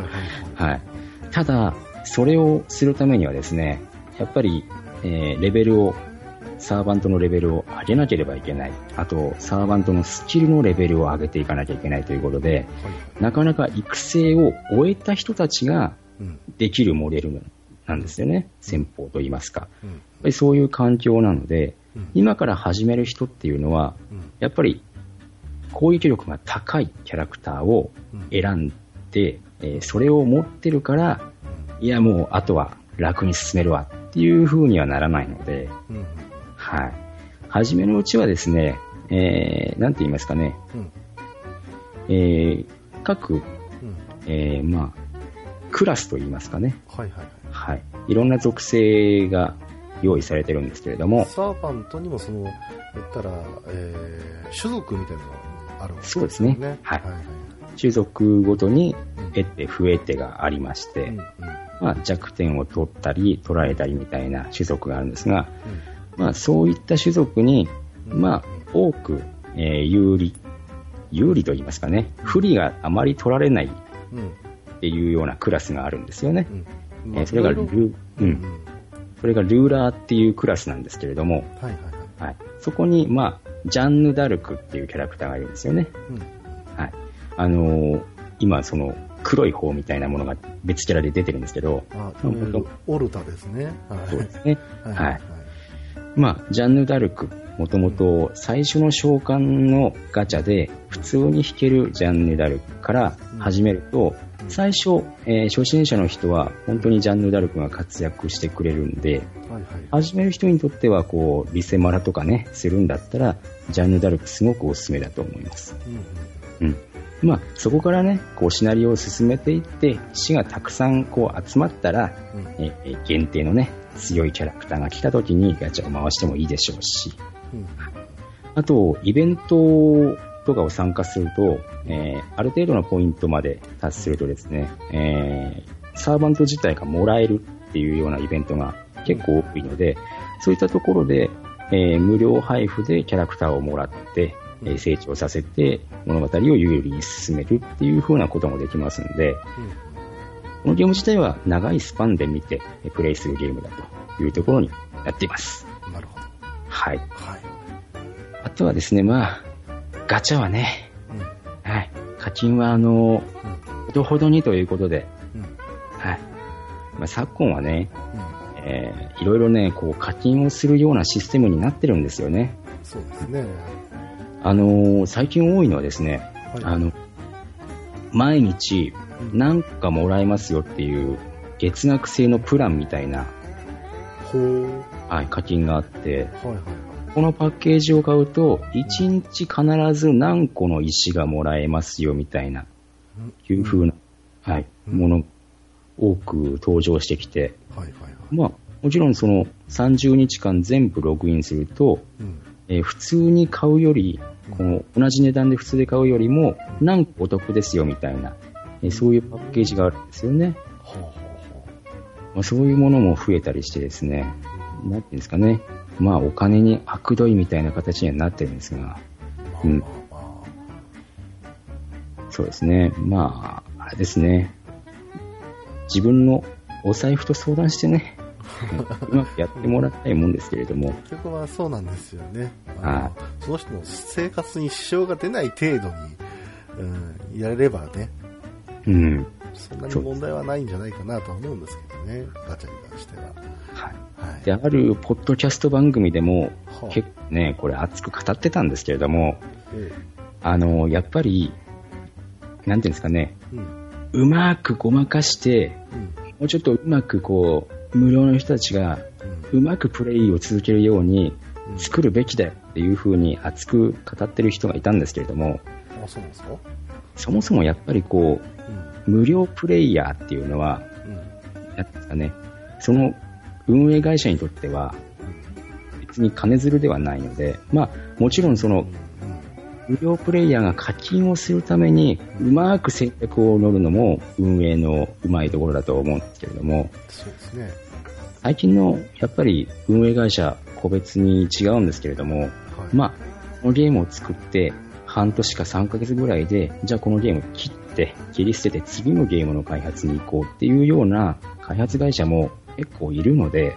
ただ、それをするためにはですね、やっぱり、レベルを、サーバントのレベルを上げなければいけない。あと、サーバントのスキルのレベルを上げていかなきゃいけないということで、なかなか育成を終えた人たちができるモデルなんですよね。戦法といいますか。やっぱりそういう環境なので、今から始める人っていうのは、やっぱり攻撃力が高いキャラクターを選んで、それを持ってるから、いやもうあとは楽に進めるわっていう風にはならないので、はい。初めのうちはですね、なんて言いますかね、各、クラスと言いますかね、はい。いろんな属性が用意されてるんですけれども、 サーバントにも言ったら、種族みたいなのがあるんですかね。 そうですね。はい。種族ごとに得手不得手がありまして、弱点を取ったり取られたりみたいな種族があるんですが、そういった種族に、多く、有利と言いますかね、不利があまり取られないっていうようなクラスがあるんですよね。それがルーラーっていうクラスなんですけれども、そこに、ジャンヌ・ダルクっていうキャラクターがいるんですよね。今、その、黒い方みたいなものが別キャラで出てるんですけど、 オルタですね。 そうですね。はい。ジャンヌ・ダルク、もともと最初の召喚のガチャで普通に弾けるジャンヌ・ダルクから始めると、最初、初心者の人は本当にジャンヌ・ダルクが活躍してくれるんで、始める人にとってはリセマラとかね、するんだったら、ジャンヌ・ダルクすごくおすすめだと思います。そこからね、シナリオを進めていって、死がたくさん集まったら、限定のね、強いキャラクターが来た時にガチャを回してもいいでしょうし、あと、イベントとかを参加すると、ある程度のポイントまで達するとですね、サーバント自体がもらえるっていうようなイベントが結構多いので、そういったところで、無料配布でキャラクターをもらって、成長させて物語を有利に進めるっていう風なこともできますので、このゲーム自体は長いスパンで見てプレイするゲームだというところになっています。 なるほど。 はい。あとはですね、ガチャはね、課金はほどほどにということで、昨今はね、いろいろね、課金をするようなシステムになってるんですよね。 そうですね。 最近多いのはですね、毎日何かもらえますよっていう月額制のプランみたいな、課金があって、このパッケージを買うと1日必ず何個の石がもらえますよみたいな、いう風な、もの多く登場してきて、もちろんその30日間全部ログインすると、普通に買うより、同じ値段で普通で買うよりも何個お得ですよみたいな、そういうパッケージがあるんですよね。そういうものも増えたりしてですね、なんていうんですかね、お金に悪どいみたいな形にはなってるんですが、そうですね、あれですね、自分のお財布と相談してね、うまくやってもらいたいもんですけれども。 結局はそうなんですよね。その人の生活に支障が出ない程度に、 やれればね、 うん。 そんなに問題はないんじゃないかなとは思うんですけどね、ガチャに関しては。 はい。はい、で、あるポッドキャスト番組でも、結構ね、これ熱く語ってたんですけれども、やっぱり、なんていうんですかね、うまくごまかして、もうちょっとうまくこう、無料の人たちが、うまくプレイを続けるように作るべきだよっていう風に熱く語ってる人がいたんですけれども、 そうなんですか？ そもそもやっぱりこう、無料プレイヤーっていうのは、なんですかね、その運営会社にとっては、別に金づるではないので、まあ、もちろんその、無料プレイヤーが課金をするために、うまく戦略を乗るのも運営のうまいところだと思うんですけれども、 そうですね。 最近のやっぱり運営会社個別に違うんですけれども、まあ、このゲームを作って半年か3ヶ月ぐらいで、じゃあこのゲーム切り捨てて次のゲームの開発に行こうっていうような開発会社も結構いるので、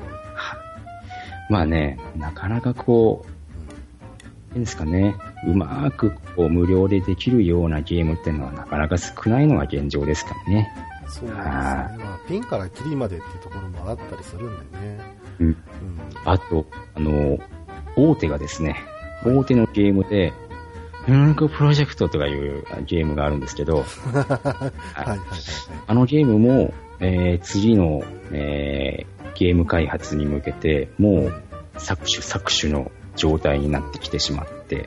まあね、なかなかこう、いいんですかね、うまくこう無料でできるようなゲームっていうのはなかなか少ないのが現状ですからね。 そうですね。まあ、ピンからキリまでっていうところもあったりするんでね。 あと、大手がですね、大手のゲームで、フンクプロジェクトとかいうゲームがあるんですけど、あのゲームも、次の、ゲーム開発に向けて、もう搾取の状態になってきてしまって、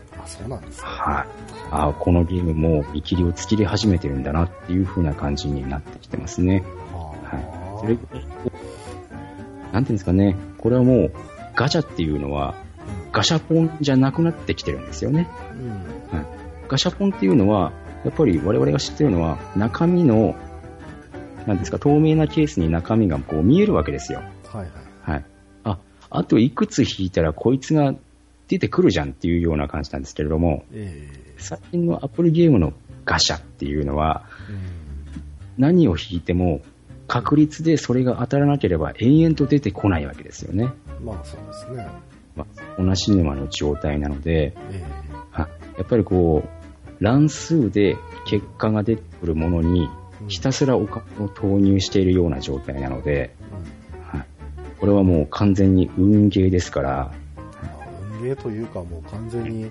そうなんですか。このゲームも見切りをつけり始めてるんだなっていう風な感じになってきてますね。それなんていうんですかね、これはもうガチャっていうのはガシャポンじゃなくなってきてるんですよね。ガシャポンっていうのはやっぱり我々が知ってるのは中身のなんですか、透明なケースに中身がこう見えるわけですよ。あといくつ引いたらこいつが出てくるじゃんっていうような感じなんですけれども、最近のアプリゲームのガシャっていうのは、何を引いても確率でそれが当たらなければ延々と出てこないわけですよね。 まあそうですね。 同じシネマの状態なので、やっぱりこう乱数で結果が出てくるものにひたすらお金を投入しているような状態なので、これはもう完全に運ゲーですから。 運ゲーというかもう完全に、ギ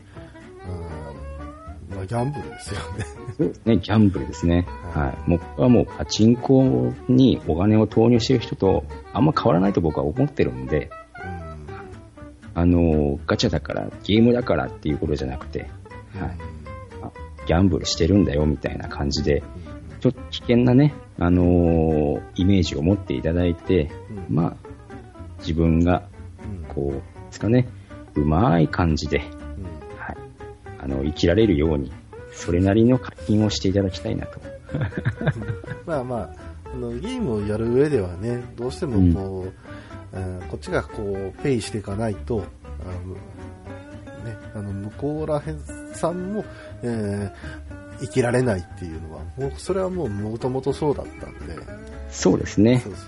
ャンブルですよね。 そうですね、ギャンブルですね。僕はもうパチンコにお金を投入している人とあんま変わらないと僕は思ってるんで、ガチャだからゲームだからっていうことじゃなくて、ギャンブルしてるんだよみたいな感じで、ちょっと危険なね、イメージを持っていただいて、まあ自分がこうですかね、うまい感じで、生きられるようにそれなりの課金をしていただきたいなと。 まあまあ、ゲームをやる上ではね、どうしてもこう、こっちがこうペイしていかないと、向こうらへんさんも、生きられないっていうのは、もうそれはもうもともとそうだったんで。 そうですね。 そうです。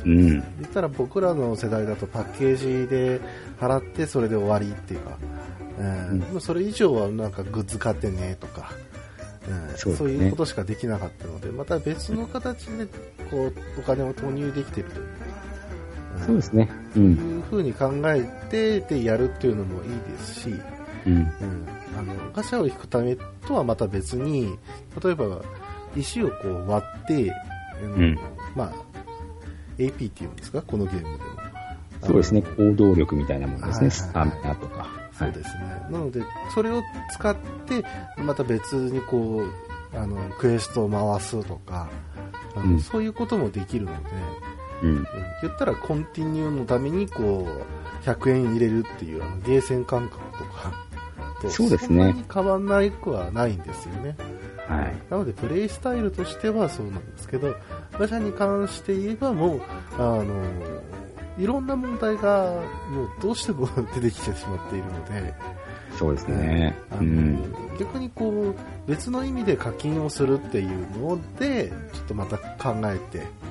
言ったら僕らの世代だとパッケージで払ってそれで終わりっていうか、それ以上はなんかグッズ買ってねとか、そういうことしかできなかったので、また別の形でこうお金を投入できているというか、 そうですね。 いうふうに考えてでやるっていうのもいいですし、ガシャを引くためとはまた別に、例えば石をこう割って、まあ AP っていうんですか、このゲームでも。 そうですね、行動力みたいなものですね、スタミナとか。 そうですね。なのでそれを使ってまた別にこうクエストを回すとか、そういうこともできるので、言ったらコンティニューのためにこう100円入れるっていうゲーセン感覚とかとそうですね、 そんなに変わらなくはないんですよね。なのでプレイスタイルとしてはそうなんですけど、ガチャに関して言えばもういろんな問題がもうどうしても出てきてしまっているので、 そうですね。 逆にこう別の意味で課金をするっていうのでちょっとまた考えて、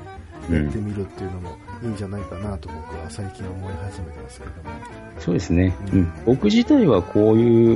やってみるっていうのもいいんじゃないかなと僕は最近思い始めてますけれども。 そうですね。僕自体はこういう、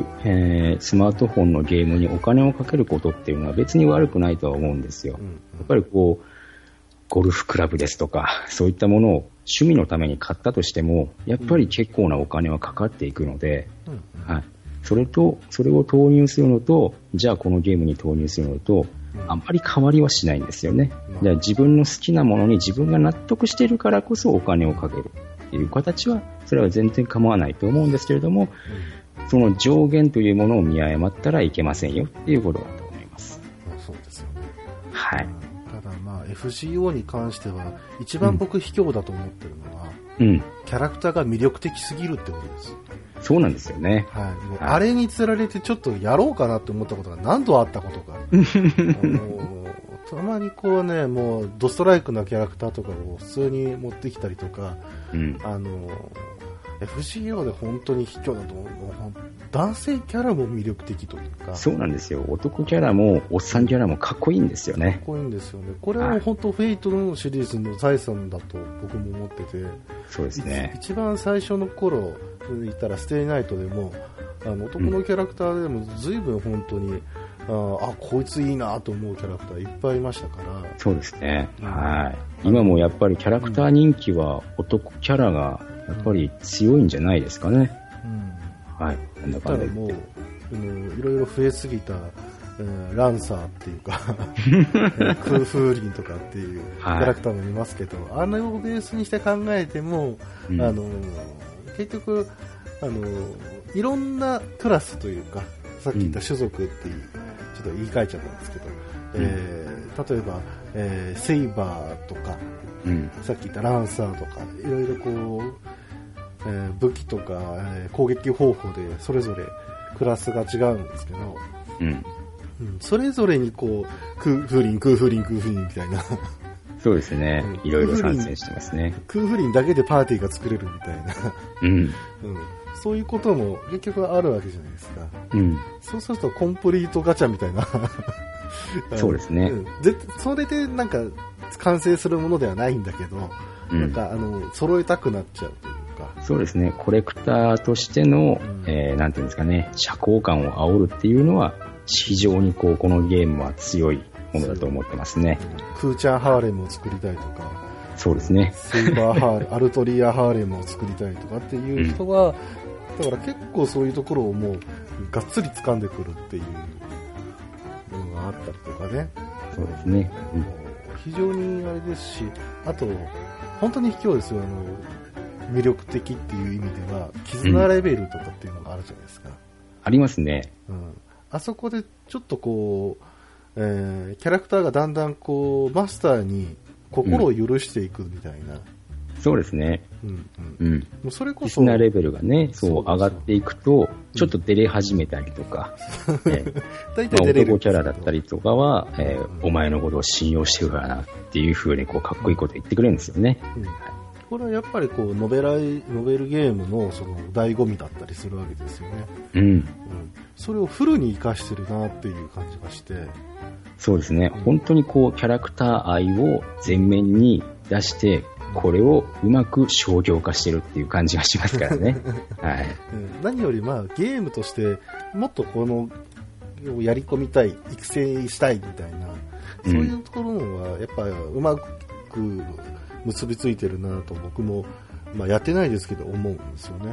スマートフォンのゲームにお金をかけることっていうのは別に悪くないとは思うんですよ。やっぱりこう、ゴルフクラブですとか、そういったものを趣味のために買ったとしても、やっぱり結構なお金はかかっていくので、はい。それを投入するのと、じゃあこのゲームに投入するのと、あんまり変わりはしないんですよね。じゃあ自分の好きなものに自分が納得しているからこそお金をかけるっていう形は、それは全然構わないと思うんですけれども、その上限というものを見誤ったらいけませんよっていうことだと思います。 そうですよね。 はい。 ただまあ FGO に関しては一番僕卑怯だと思ってるのは、キャラクターが魅力的すぎるってことです。 そうなんですよね。 はい。もうあれに釣られてちょっとやろうかなって思ったことが何度あったことか。たまにこうね、もうドストライクなキャラクターとかを普通に持ってきたりとか、FGO で本当に卑怯だと思う。男性キャラも魅力的というか。 そうなんですよ。男キャラもおっさんキャラもかっこいいんですよね。 かっこいいんですよね。これは本当フェイトのシリーズの財産だと僕も思ってて。 そうですね。 一番最初の頃言ったらステイナイトでも男のキャラクターでも随分本当に、こいついいなと思うキャラクターいっぱいいましたから。 そうですね。はい。今もやっぱりキャラクター人気は男キャラがやっぱり強いんじゃないですかね。はい。こんな感じで。 もういろいろ増えすぎた、ランサーっていうかクーフーリンとかっていうキャラクターもいますけど、あのをベースにして考えても、結局いろんなクラスというか、さっき言った種族っていう、ちょっと言い換えちゃったんですけど、例えば、セイバーとか、さっき言ったランサーとか、いろいろこう、武器とか、攻撃方法でそれぞれクラスが違うんですけど、それぞれにこうクーフーリンみたいなそうですね、いろいろ参戦してますね。 クーフリンだけでパーティーが作れるみたいな、そういうことも結局あるわけじゃないですか。そうするとコンプリートガチャみたいなそうですね、 それでなんか完成するものではないんだけど、なんか揃えたくなっちゃうというか。 そうですね、コレクターとしての、なんていうんですかね、社交感を煽るっていうのは非常にこのゲームは強いものだと思ってますね。 クーちゃんハーレムを作りたいとか、 そうですね、 セイバーハーレムアルトリアハーレムを作りたいとかっていう人は、だから結構そういうところをもうがっつり掴んでくるっていうのがあったりとかね。 そうですね、 非常にあれですし、あと本当に卑怯ですよ。魅力的っていう意味では絆レベルとかっていうのがあるじゃないですか。 ありますね。 あそこでちょっとこう、キャラクターがだんだんこうマスターに心を許していくみたいな。 そうですね。 もうそれこそ絆レベルがね、そう上がっていくと、ちょっと照れ始めたりとか、 大体男キャラだったりとかは、お前のことを信用してるからなっていう風にこうかっこいいこと言ってくれるんですよね。 これはやっぱりこうノベルゲームのその醍醐味だったりするわけですよね。それをフルに活かしてるなっていう感じがして。 そうですね。本当にこうキャラクター愛を前面に出して、これをうまく商業化してるっていう感じがしますからね。 何よりゲームとしてもっとこのやり込みたい、育成したいみたいな、そういうところはやっぱうまく結びついてるなと僕も、やってないですけど思うんですよね。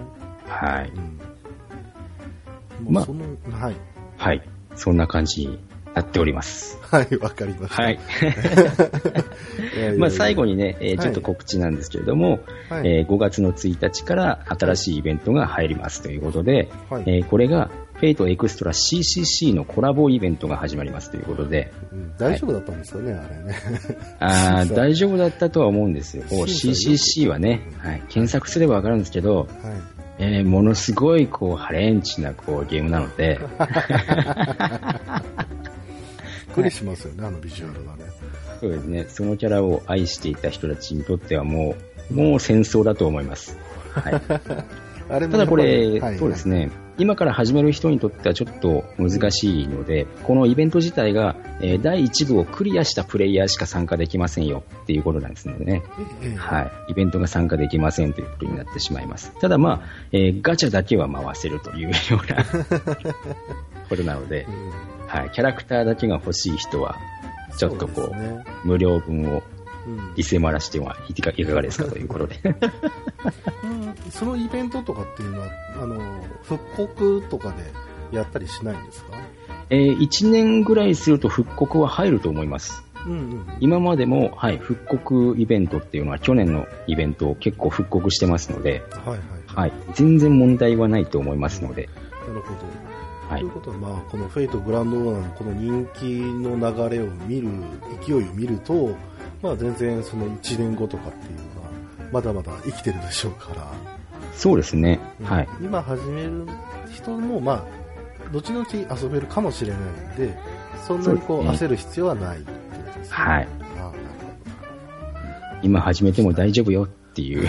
はい。そんな感じになっております。 はい、わかりました。 最後にね、ちょっと告知なんですけれども、5月の1日から新しいイベントが入りますということで、これがフェイトエクストラ CCC のコラボイベントが始まりますということで、 大丈夫だったんですかね、あれね。 大丈夫だったとは思うんですよ。CCC はね、検索すればわかるんですけど、ものすごいハレンチなゲームなので、 びっくりしますよね、ビジュアルがね。 そうですね。そのキャラを愛していた人たちにとってはもう戦争だと思います。ただこれ、そうですね。 今から始める人にとってはちょっと難しいので、このイベント自体が、第1部をクリアしたプレイヤーしか参加できませんよっていうことなんですのでね、はい、イベントが参加できませんということになってしまいます。ただまあ、ガチャだけは回せるというようなことなので、はい、キャラクターだけが欲しい人は、ちょっとこう、無料分を伊勢回らしてはいかがですかということでそのイベントとかっていうのは復刻とかでやったりしないんですか ？1年ぐらいすると復刻は入ると思います。今までも、はい、復刻イベントっていうのは去年のイベントを結構復刻してますので、はい、全然問題はないと思いますので。 なるほど。ということは、まあ、このフェイトグランドオーナーのこの人気の流れを見る、勢いを見ると、まあ、全然その1年後とかっていうのはまだまだ生きてるでしょうから。 そうですね。はい。 今始める人も、まあ、後々遊べるかもしれないので、そんなにこう焦る必要はないってことですね。 はい。今始めても大丈夫よっていう。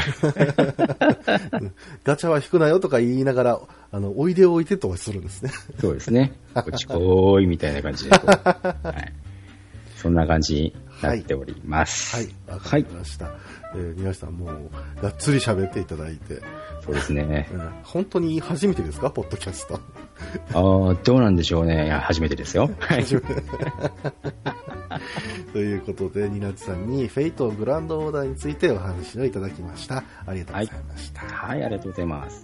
ガチャは引くなよとか言いながら、おいでおいでとするんですね。 そうですね。こっちこーいみたいな感じで。はい。そんな感じになっております。 はい。わかりました。宮下さんもう、がっつり喋っていただいて。 そうですね。 本当に初めてですか、ポッドキャスト。 どうなんでしょうね。いや、初めてですよ。はい。 ということで、ニナチさんにフェイトグランドオーダーについてお話をいただきました。ありがとうございました。 はい、ありがとうございます。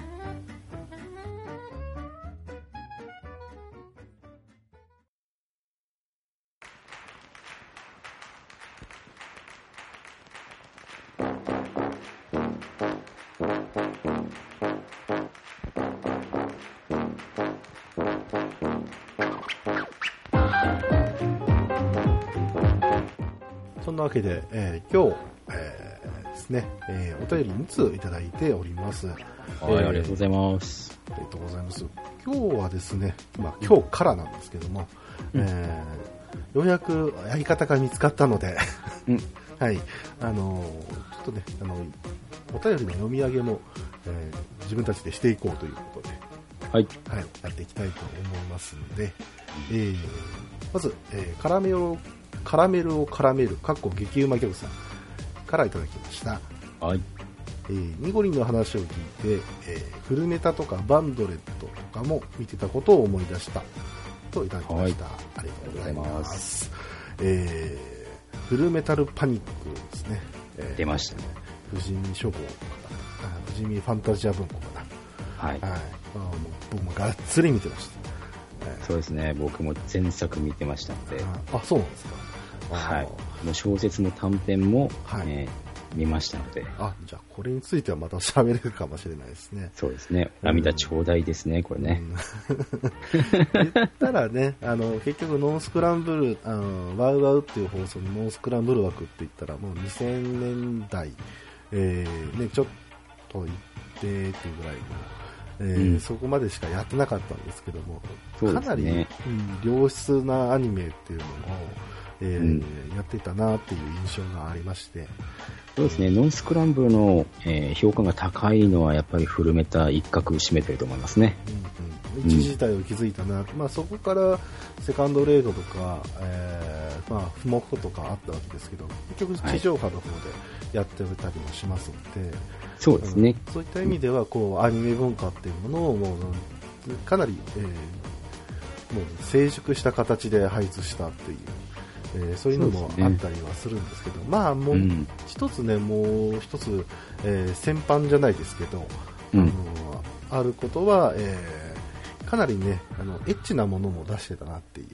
そんなわけで、今日、ですね、お便り2通いただいております。 はい、ありがとうございます。 ありがとうございます。今日はですね、まあ今日からなんですけども、ようやくやり方が見つかったので、はい、ちょっとね、お便りの読み上げも、自分たちでしていこうということで、はい、やっていきたいと思いますので、まず、カラメルを絡める激うまギャグさんからいただきました。 はい。 ニゴリンの話を聞いて、フルメタとかバンドレットとかも見てたことを思い出したといただきました。ありがとうございます。フルメタルパニックですね。 出ましたね。 富士見書房とか、富士見ファンタジア文庫かな。はい。僕もがっつり見てました。 そうですね。僕も前作見てましたので。 そうなんですか。 はい。もう小説も短編も、見ましたので。 じゃあこれについてはまた喋れるかもしれないですね。 そうですね。涙ちょうだいですね、これね。 言ったらね、結局ノンスクランブル、ワウワウっていう放送のノンスクランブル枠って言ったらもう2000年代、ね、ちょっと行ってっていうぐらいの、そこまでしかやってなかったんですけども、かなり、良質なアニメっていうのを、やってたなっていう印象がありまして。 そうですね。ノンスクランブルの、評価が高いのはやっぱりフルメタ一角占めてると思いますね。 一時自体を築いたな。そこからセカンドレードとか、フモフとかあったわけですけど、結局地上波の方でやってたりもしますので、 そうですね。 そういった意味ではアニメ文化っていうものをもうかなり、もう成熟した形で輩出したっていう。そういうのもあったりはするんですけど、もう一つね、もう一つ、先般じゃないですけど、あることは、かなりね、エッチなものも出してたなっていう。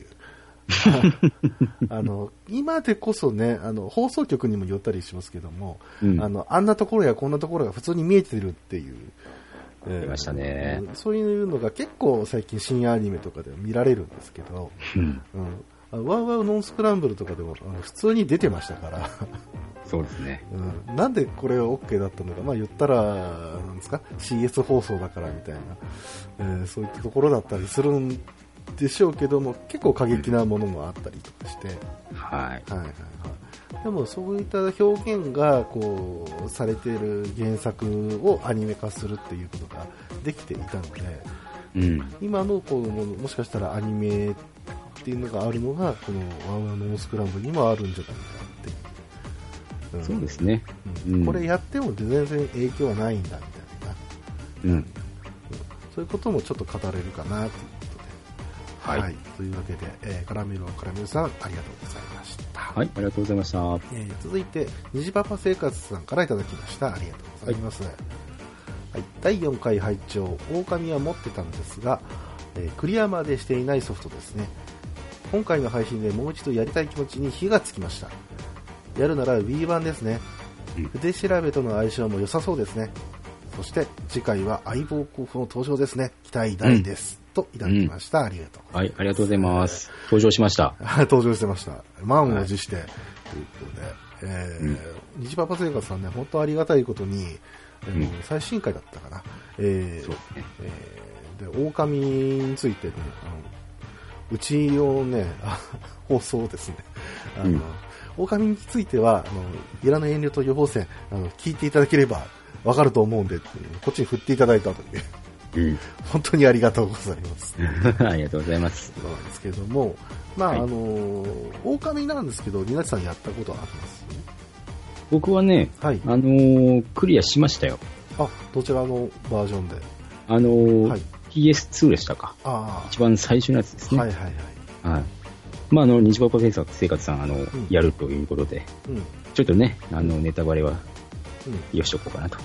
今でこそね、放送局にも寄ったりしますけども、あんなところやこんなところが普通に見えてるっていう。 見ましたね。 そういうのが結構最近深夜アニメとかでは見られるんですけど、ワウワウノンスクランブルとかでも普通に出てましたからそうですね、 なんでこれは OK だったのか、言ったらなんですか CS 放送だからみたいな、そういったところだったりするんでしょうけども、結構過激なものもあったりとかして、でもそういった表現がこうされている原作をアニメ化するっていうことができていたので、今のこうもしかしたらアニメっていうのがあるのがこのワンワンノースクランブルにもあるんじゃないかっていう、 そうですね、 これやっても全然影響はないんだみたいな、そういうこともちょっと語れるかなということで、というわけで、カラメルさんありがとうございました。 はい、ありがとうございました。 続いて虹パパ生活さんからいただきました。ありがとうございます。第4回拝聴、狼は持ってたんですが、クリアまでしていないソフトですね。今回の配信でもう一度やりたい気持ちに火がつきました。やるなら Wii 版ですね。筆調べとの相性も良さそうですね。そして次回は相棒候補の登場ですね。期待大です。といただきました。ありがとうございます。 はい、ありがとうございます。登場しました。 登場してました。満を持して、ということで、虹パパ生活さんね、本当ありがたいことに、最新回だったかな。で、狼についてね、うちのね、放送ですね。狼については、いらぬ遠慮と予報線、聞いていただければわかると思うんで、こっちに振っていただいたという。本当にありがとうございます。 ありがとうございます。 そうなんですけども、狼なんですけど、ニナチさんやったことはあります？ 僕はね、クリアしましたよ。 どちらのバージョンで PS2 でしたか。一番最初のやつですね。虹パパ生活さん、やるということで、ちょっとね、ネタバレは、よしとこうかなと。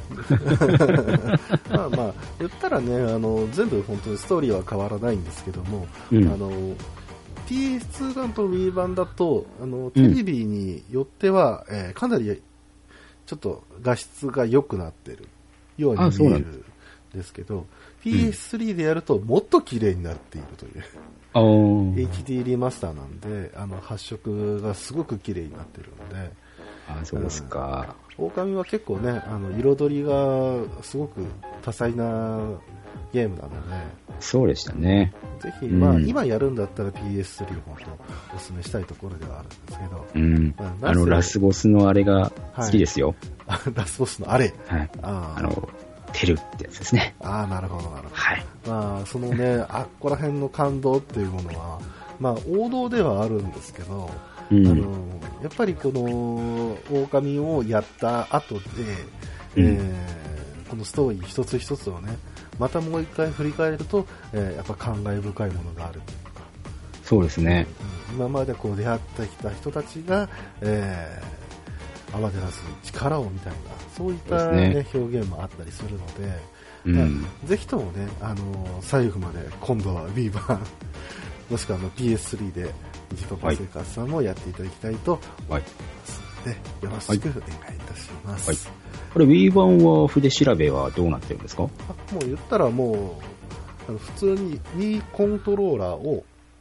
言ったらね、全部本当にストーリーは変わらないんですけども、PS2 版と Wii 版だと、テレビによっては、かなりちょっと画質が良くなってるように見えるんですけど、PS3 でやるともっと綺麗になっているという。HD リマスターなんで、発色がすごく綺麗になってるので。 そうですか。 狼は結構ね、彩りがすごく多彩なゲームなので。 そうでしたね。 ぜひ、今やるんだったら PS3 を本当お勧めしたいところではあるんですけど。 ラスボスのあれが好きですよ。 ラスボスのあれ。 テルってやつですね。 なるほど、なるほど。そのね、ここら辺の感動っていうものは、王道ではあるんですけど、やっぱりこの狼をやった後で、このストーリー一つ一つをね、またもう一回振り返ると、やっぱ感慨深いものがあるというか。 そうですね。 今までこう出会ってきた人たちが、アマテラス力をみたいな、そういった、表現もあったりするので、ぜひともね、最後まで今度は Wii 版もしくはPS3 で虹パパ生活さんもやっていただきたいと思いますので、よろしくお願いいたします。 これ Wii 版は筆調べはどうなってるんですか？ もう言ったらもう普通に Wii コントローラーを、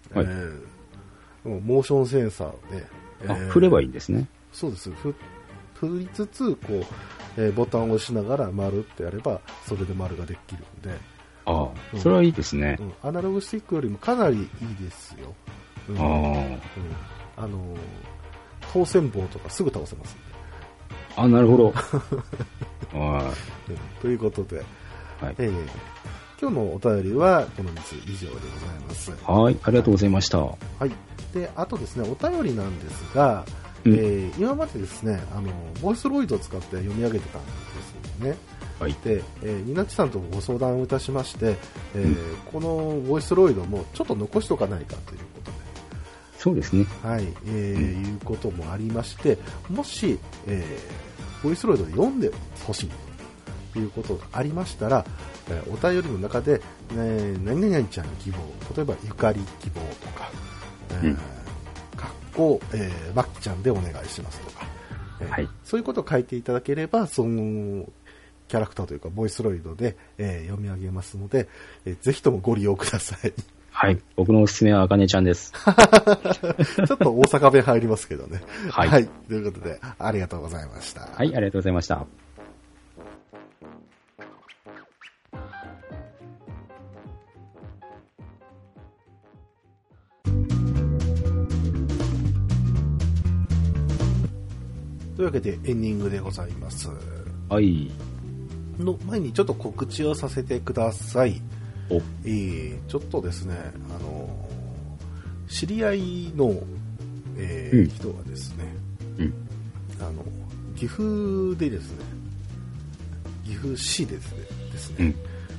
モーションセンサーで、 振ればいいんですね。 そうです。振りつつこう、ボタンを押しながら丸ってやればそれで丸ができるんで。 それはいいですね。 アナログスティックよりもかなりいいですよ。当選棒とかすぐ倒せますんで。 なるほど。 ということで、今日のお便りはこの3つ以上でございます。 はい、ありがとうございました。 で、あとですね、お便りなんですが、今までですね、ボイスロイドを使って読み上げてたんですね。で、ニナッチさんとご相談をいたしまして、このボイスロイドもちょっと残しておかないかということで。 そうですね。 いうこともありまして、もし、ボイスロイドで読んでほしいということがありましたら、お便りの中で、何々ちゃん希望、例えばゆかり希望とか、マッキちゃんでお願いしますとか、そういうことを書いていただければ、そのキャラクターというかボイスロイドで、読み上げますので、ぜひともご利用ください。 はい。僕のおすすめはあかねちゃんです。ちょっと大阪弁入りますけどね。ということで、ありがとうございました。 はい、ありがとうございました。 というわけでエンディングでございます。 はい。 の前にちょっと告知をさせてください。ちょっとですね、知り合いの、人がですね、岐阜でですね、岐阜市でですね、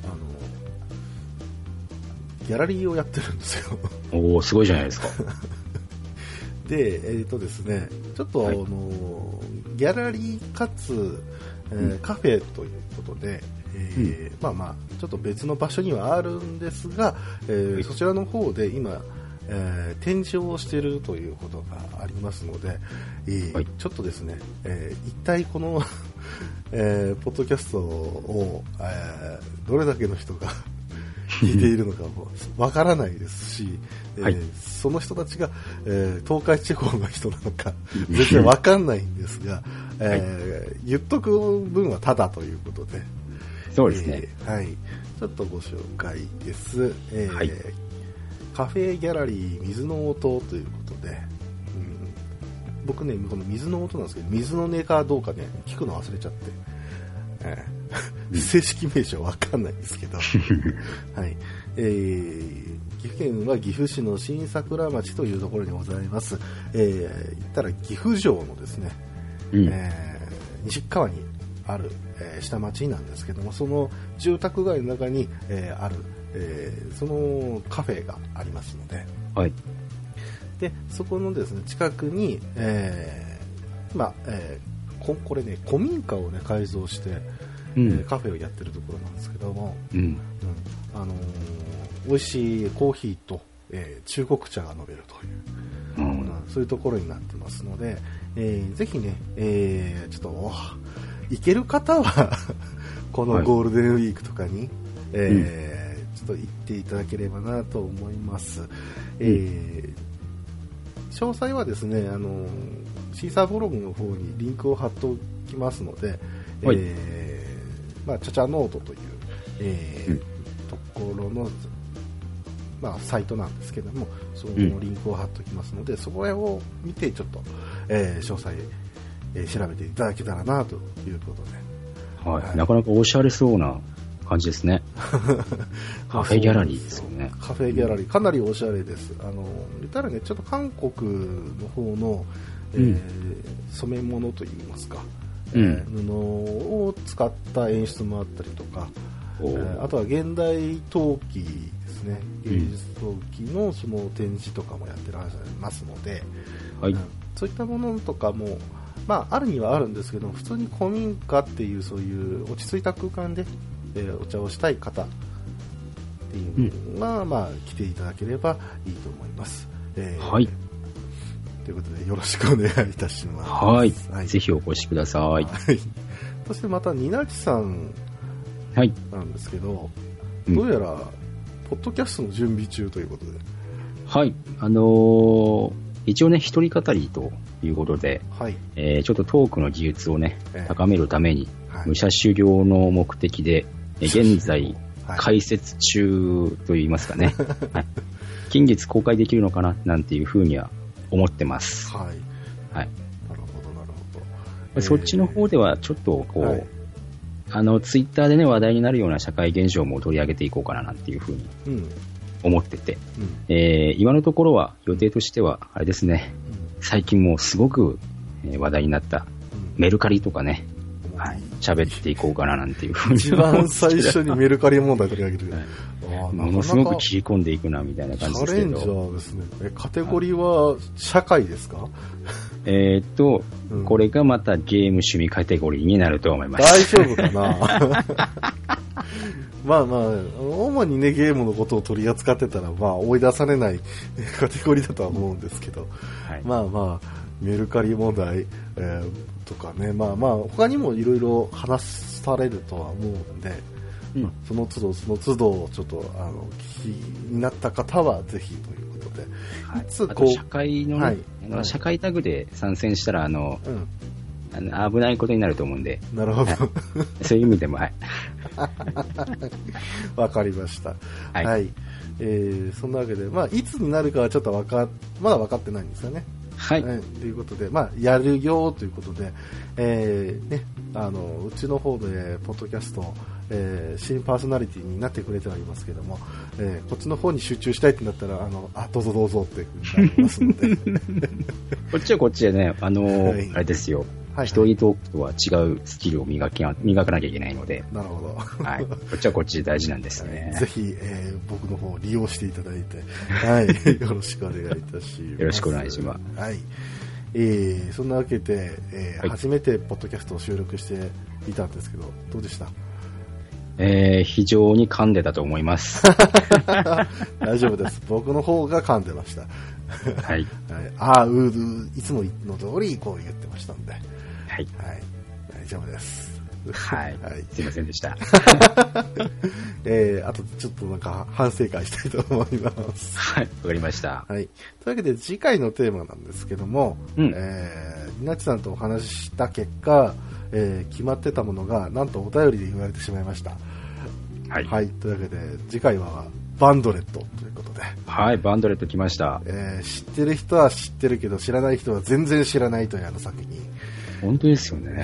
ギャラリーをやってるんですよ。 おー、すごいじゃないですか。 で、ですね、ちょっとギャラリーかつ、カフェということで、まあまあ、ちょっと別の場所にはあるんですが、そちらの方で今、展示をしているということがありますので、ちょっとですね、一体この、ポッドキャストを、どれだけの人が聞いているのかもわからないですし、その人たちが、東海地方の人なのか全然わかんないんですが、言っとく分はただということで、 そうですね。 ちょっとご紹介です。カフェギャラリー水の音ということで、僕ね、この水の音なんですけど、水の音かどうかね、聞くの忘れちゃって、正式名称わかんないんですけど、岐阜県は岐阜市の新桜町というところにございます。言ったら岐阜城のですね、西側にある、下町なんですけども、その住宅街の中に、ある、そのカフェがありますので、でそこのですね近くに、これね古民家をね改造して、カフェをやってるところなんですけども、美味しいコーヒーと、中国茶が飲めるという、そういうところになってますので、ぜひね、ちょっと行ける方はこのゴールデンウィークとかに、ちょっと行っていただければなと思います。詳細はですね、シーサーブログの方にリンクを貼っておきますので、チャチャノートという、ところの、サイトなんですけども、そのリンクを貼っておきますので、そこを見てちょっと、詳細、調べていただけたらなということで、 なかなかおしゃれそうな感じですね。カフェギャラリーですよね。 カフェギャラリーかなりおしゃれです。言ったらね、ちょっと韓国の方の、染め物といいますか、布を使った演出もあったりとか、あとは現代陶器ですね、芸術陶器のその展示とかもやってらっしゃいますので、そういったものとかも、あるにはあるんですけど、普通に古民家っていうそういう落ち着いた空間で、お茶をしたい方っていうのが、来ていただければいいと思います。ということでよろしくお願いいたします。 ぜひお越しください。 そしてまたニナチさんなんですけど、どうやらポッドキャストの準備中ということで、 一応ね一人語りということで、ちょっとトークの技術をね、高めるために、武者修行の目的で現在解説中といいますかね、近日公開できるのかななんていうふうには思ってます。 なるほどなるほど。そっちの方ではちょっとこう、ツイッターでね話題になるような社会現象も取り上げていこうかななんていうふうに思ってて、今のところは予定としてはあれですね、最近もうすごく話題になったメルカリとかね、喋っていこうかななんていうふうに。 一番最初にメルカリ問題取り上げる。 ものすごく切り込んでいくなみたいな感じですけど。 チャレンジャーですね。カテゴリーは社会ですか？ これがまたゲーム趣味カテゴリーになると思います。 大丈夫かな？主にねゲームのことを取り扱ってたら追い出されないカテゴリーだとは思うんですけど、メルカリ問題、とかね、他にもいろいろ話されるとは思うんで、その都度ちょっと気になった方はぜひということで、 あと社会のね、社会タグで参戦したら危ないことになると思うんで。 なるほど。 そういう意味でもわかりました。そんなわけで、いつになるかはちょっとまだ分かってないんですよね。 はい。 ということで、やるよということで、ね、うちの方で、ポッドキャスト、新パーソナリティになってくれてはいますけども、こっちの方に集中したいってなったら、どうぞどうぞってなりますので。 こっちはこっちでね、あれですよ。一人トークとは違うスキルを磨かなきゃいけないので。 なるほど。 はい。こっちはこっちで大事なんですね。 ぜひ、僕の方を利用していただいて、はい。よろしくお願いいたします。 よろしくお願いします。 はい。そんなわけで、初めてポッドキャストを収録していたんですけど、どうでした？ 非常に噛んでたと思います。 大丈夫です。僕の方が噛んでました。 はい。 いつもの通りこう言ってましたんで。 はい。 はい。大丈夫です。 はい。すいませんでした。 あとちょっとなんか反省会したいと思います。 はい。わかりました。 はい。というわけで次回のテーマなんですけども、みなちさんとお話しした結果、決まってたものがなんとお便りで言われてしまいました。 はい。 はい。というわけで次回はバンドレットということで。 はい、バンドレット来ました。 知ってる人は知ってるけど知らない人は全然知らないという作品。 本当ですよね。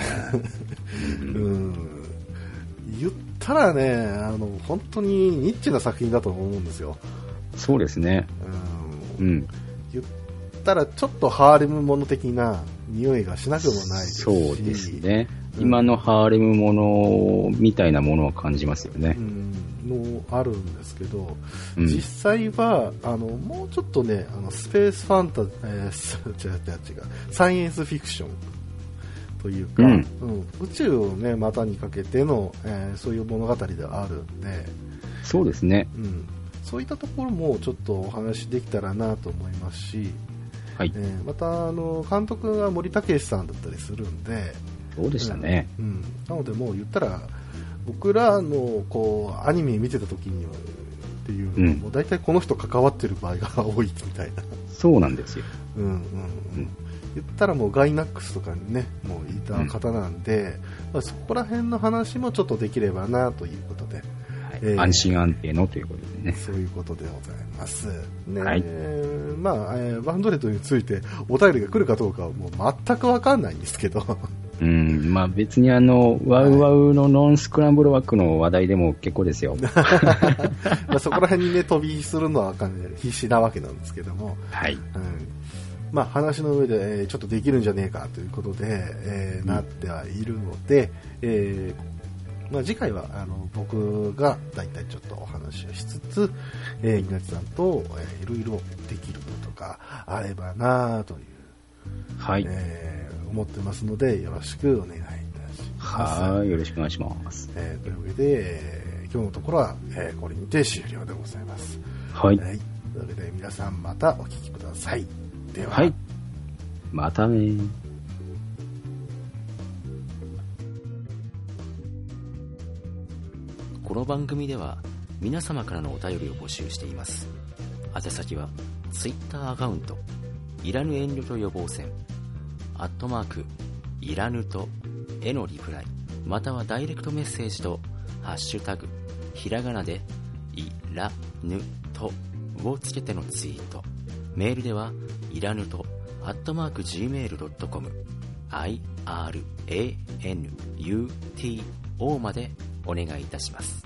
言ったらね、本当にニッチな作品だと思うんですよ。 そうですね。 言ったらちょっとハーレムもの的な匂いがしなくもないですし。 そうですね。今のハーレムものみたいなものを感じますよね。 あるんですけど、実際はもうちょっとね、スペースファンタサイエンスフィクションというか、宇宙をね股にかけての、そういう物語ではあるんで、 そうですね。 そういったところもちょっとお話できたらなと思いますし、 はい。 また監督が森武さんだったりするんで。 そうでしたね。 なのでもう言ったら僕らのこうアニメ見てた時にはっていうのはもう大体この人関わってる場合が多いみたいな。 そうなんですよ。 言ったらもうガイナックスとかにねもういた方なんで、そこら辺の話もちょっとできればなということで。 安心安定のということでね。 そういうことでございます。ね、 はい。 バンドレットについてお便りが来るかどうかはもう全くわかんないんですけど。 別にワウワウのノンスクランブルワークの話題でも結構ですよ。 そこら辺にね、飛びするのは必死なわけなんですけども。 はい。 話の上で、ちょっとできるんじゃねえかということで、なってはいるので、次回は僕がだいたいちょっとお話をしつつ、稲地さんと、いろいろできることがあればなという、 はい、 思ってますのでよろしくお願いいたします。 はい、よろしくお願いします。 というわけで、今日のところは、これにて終了でございます。 はい。 というわけで皆さんまたお聞きください。では。 はい。またね。 この番組では皆様からのお便りを募集しています。宛先は Twitter アカウントいらぬ遠慮と予防線@いらぬとへのリプライ、またはダイレクトメッセージとハッシュタグひらがなでいらぬとをつけてのツイート、メールではいらぬと@gmail.com IRANUTO までお願いいたします。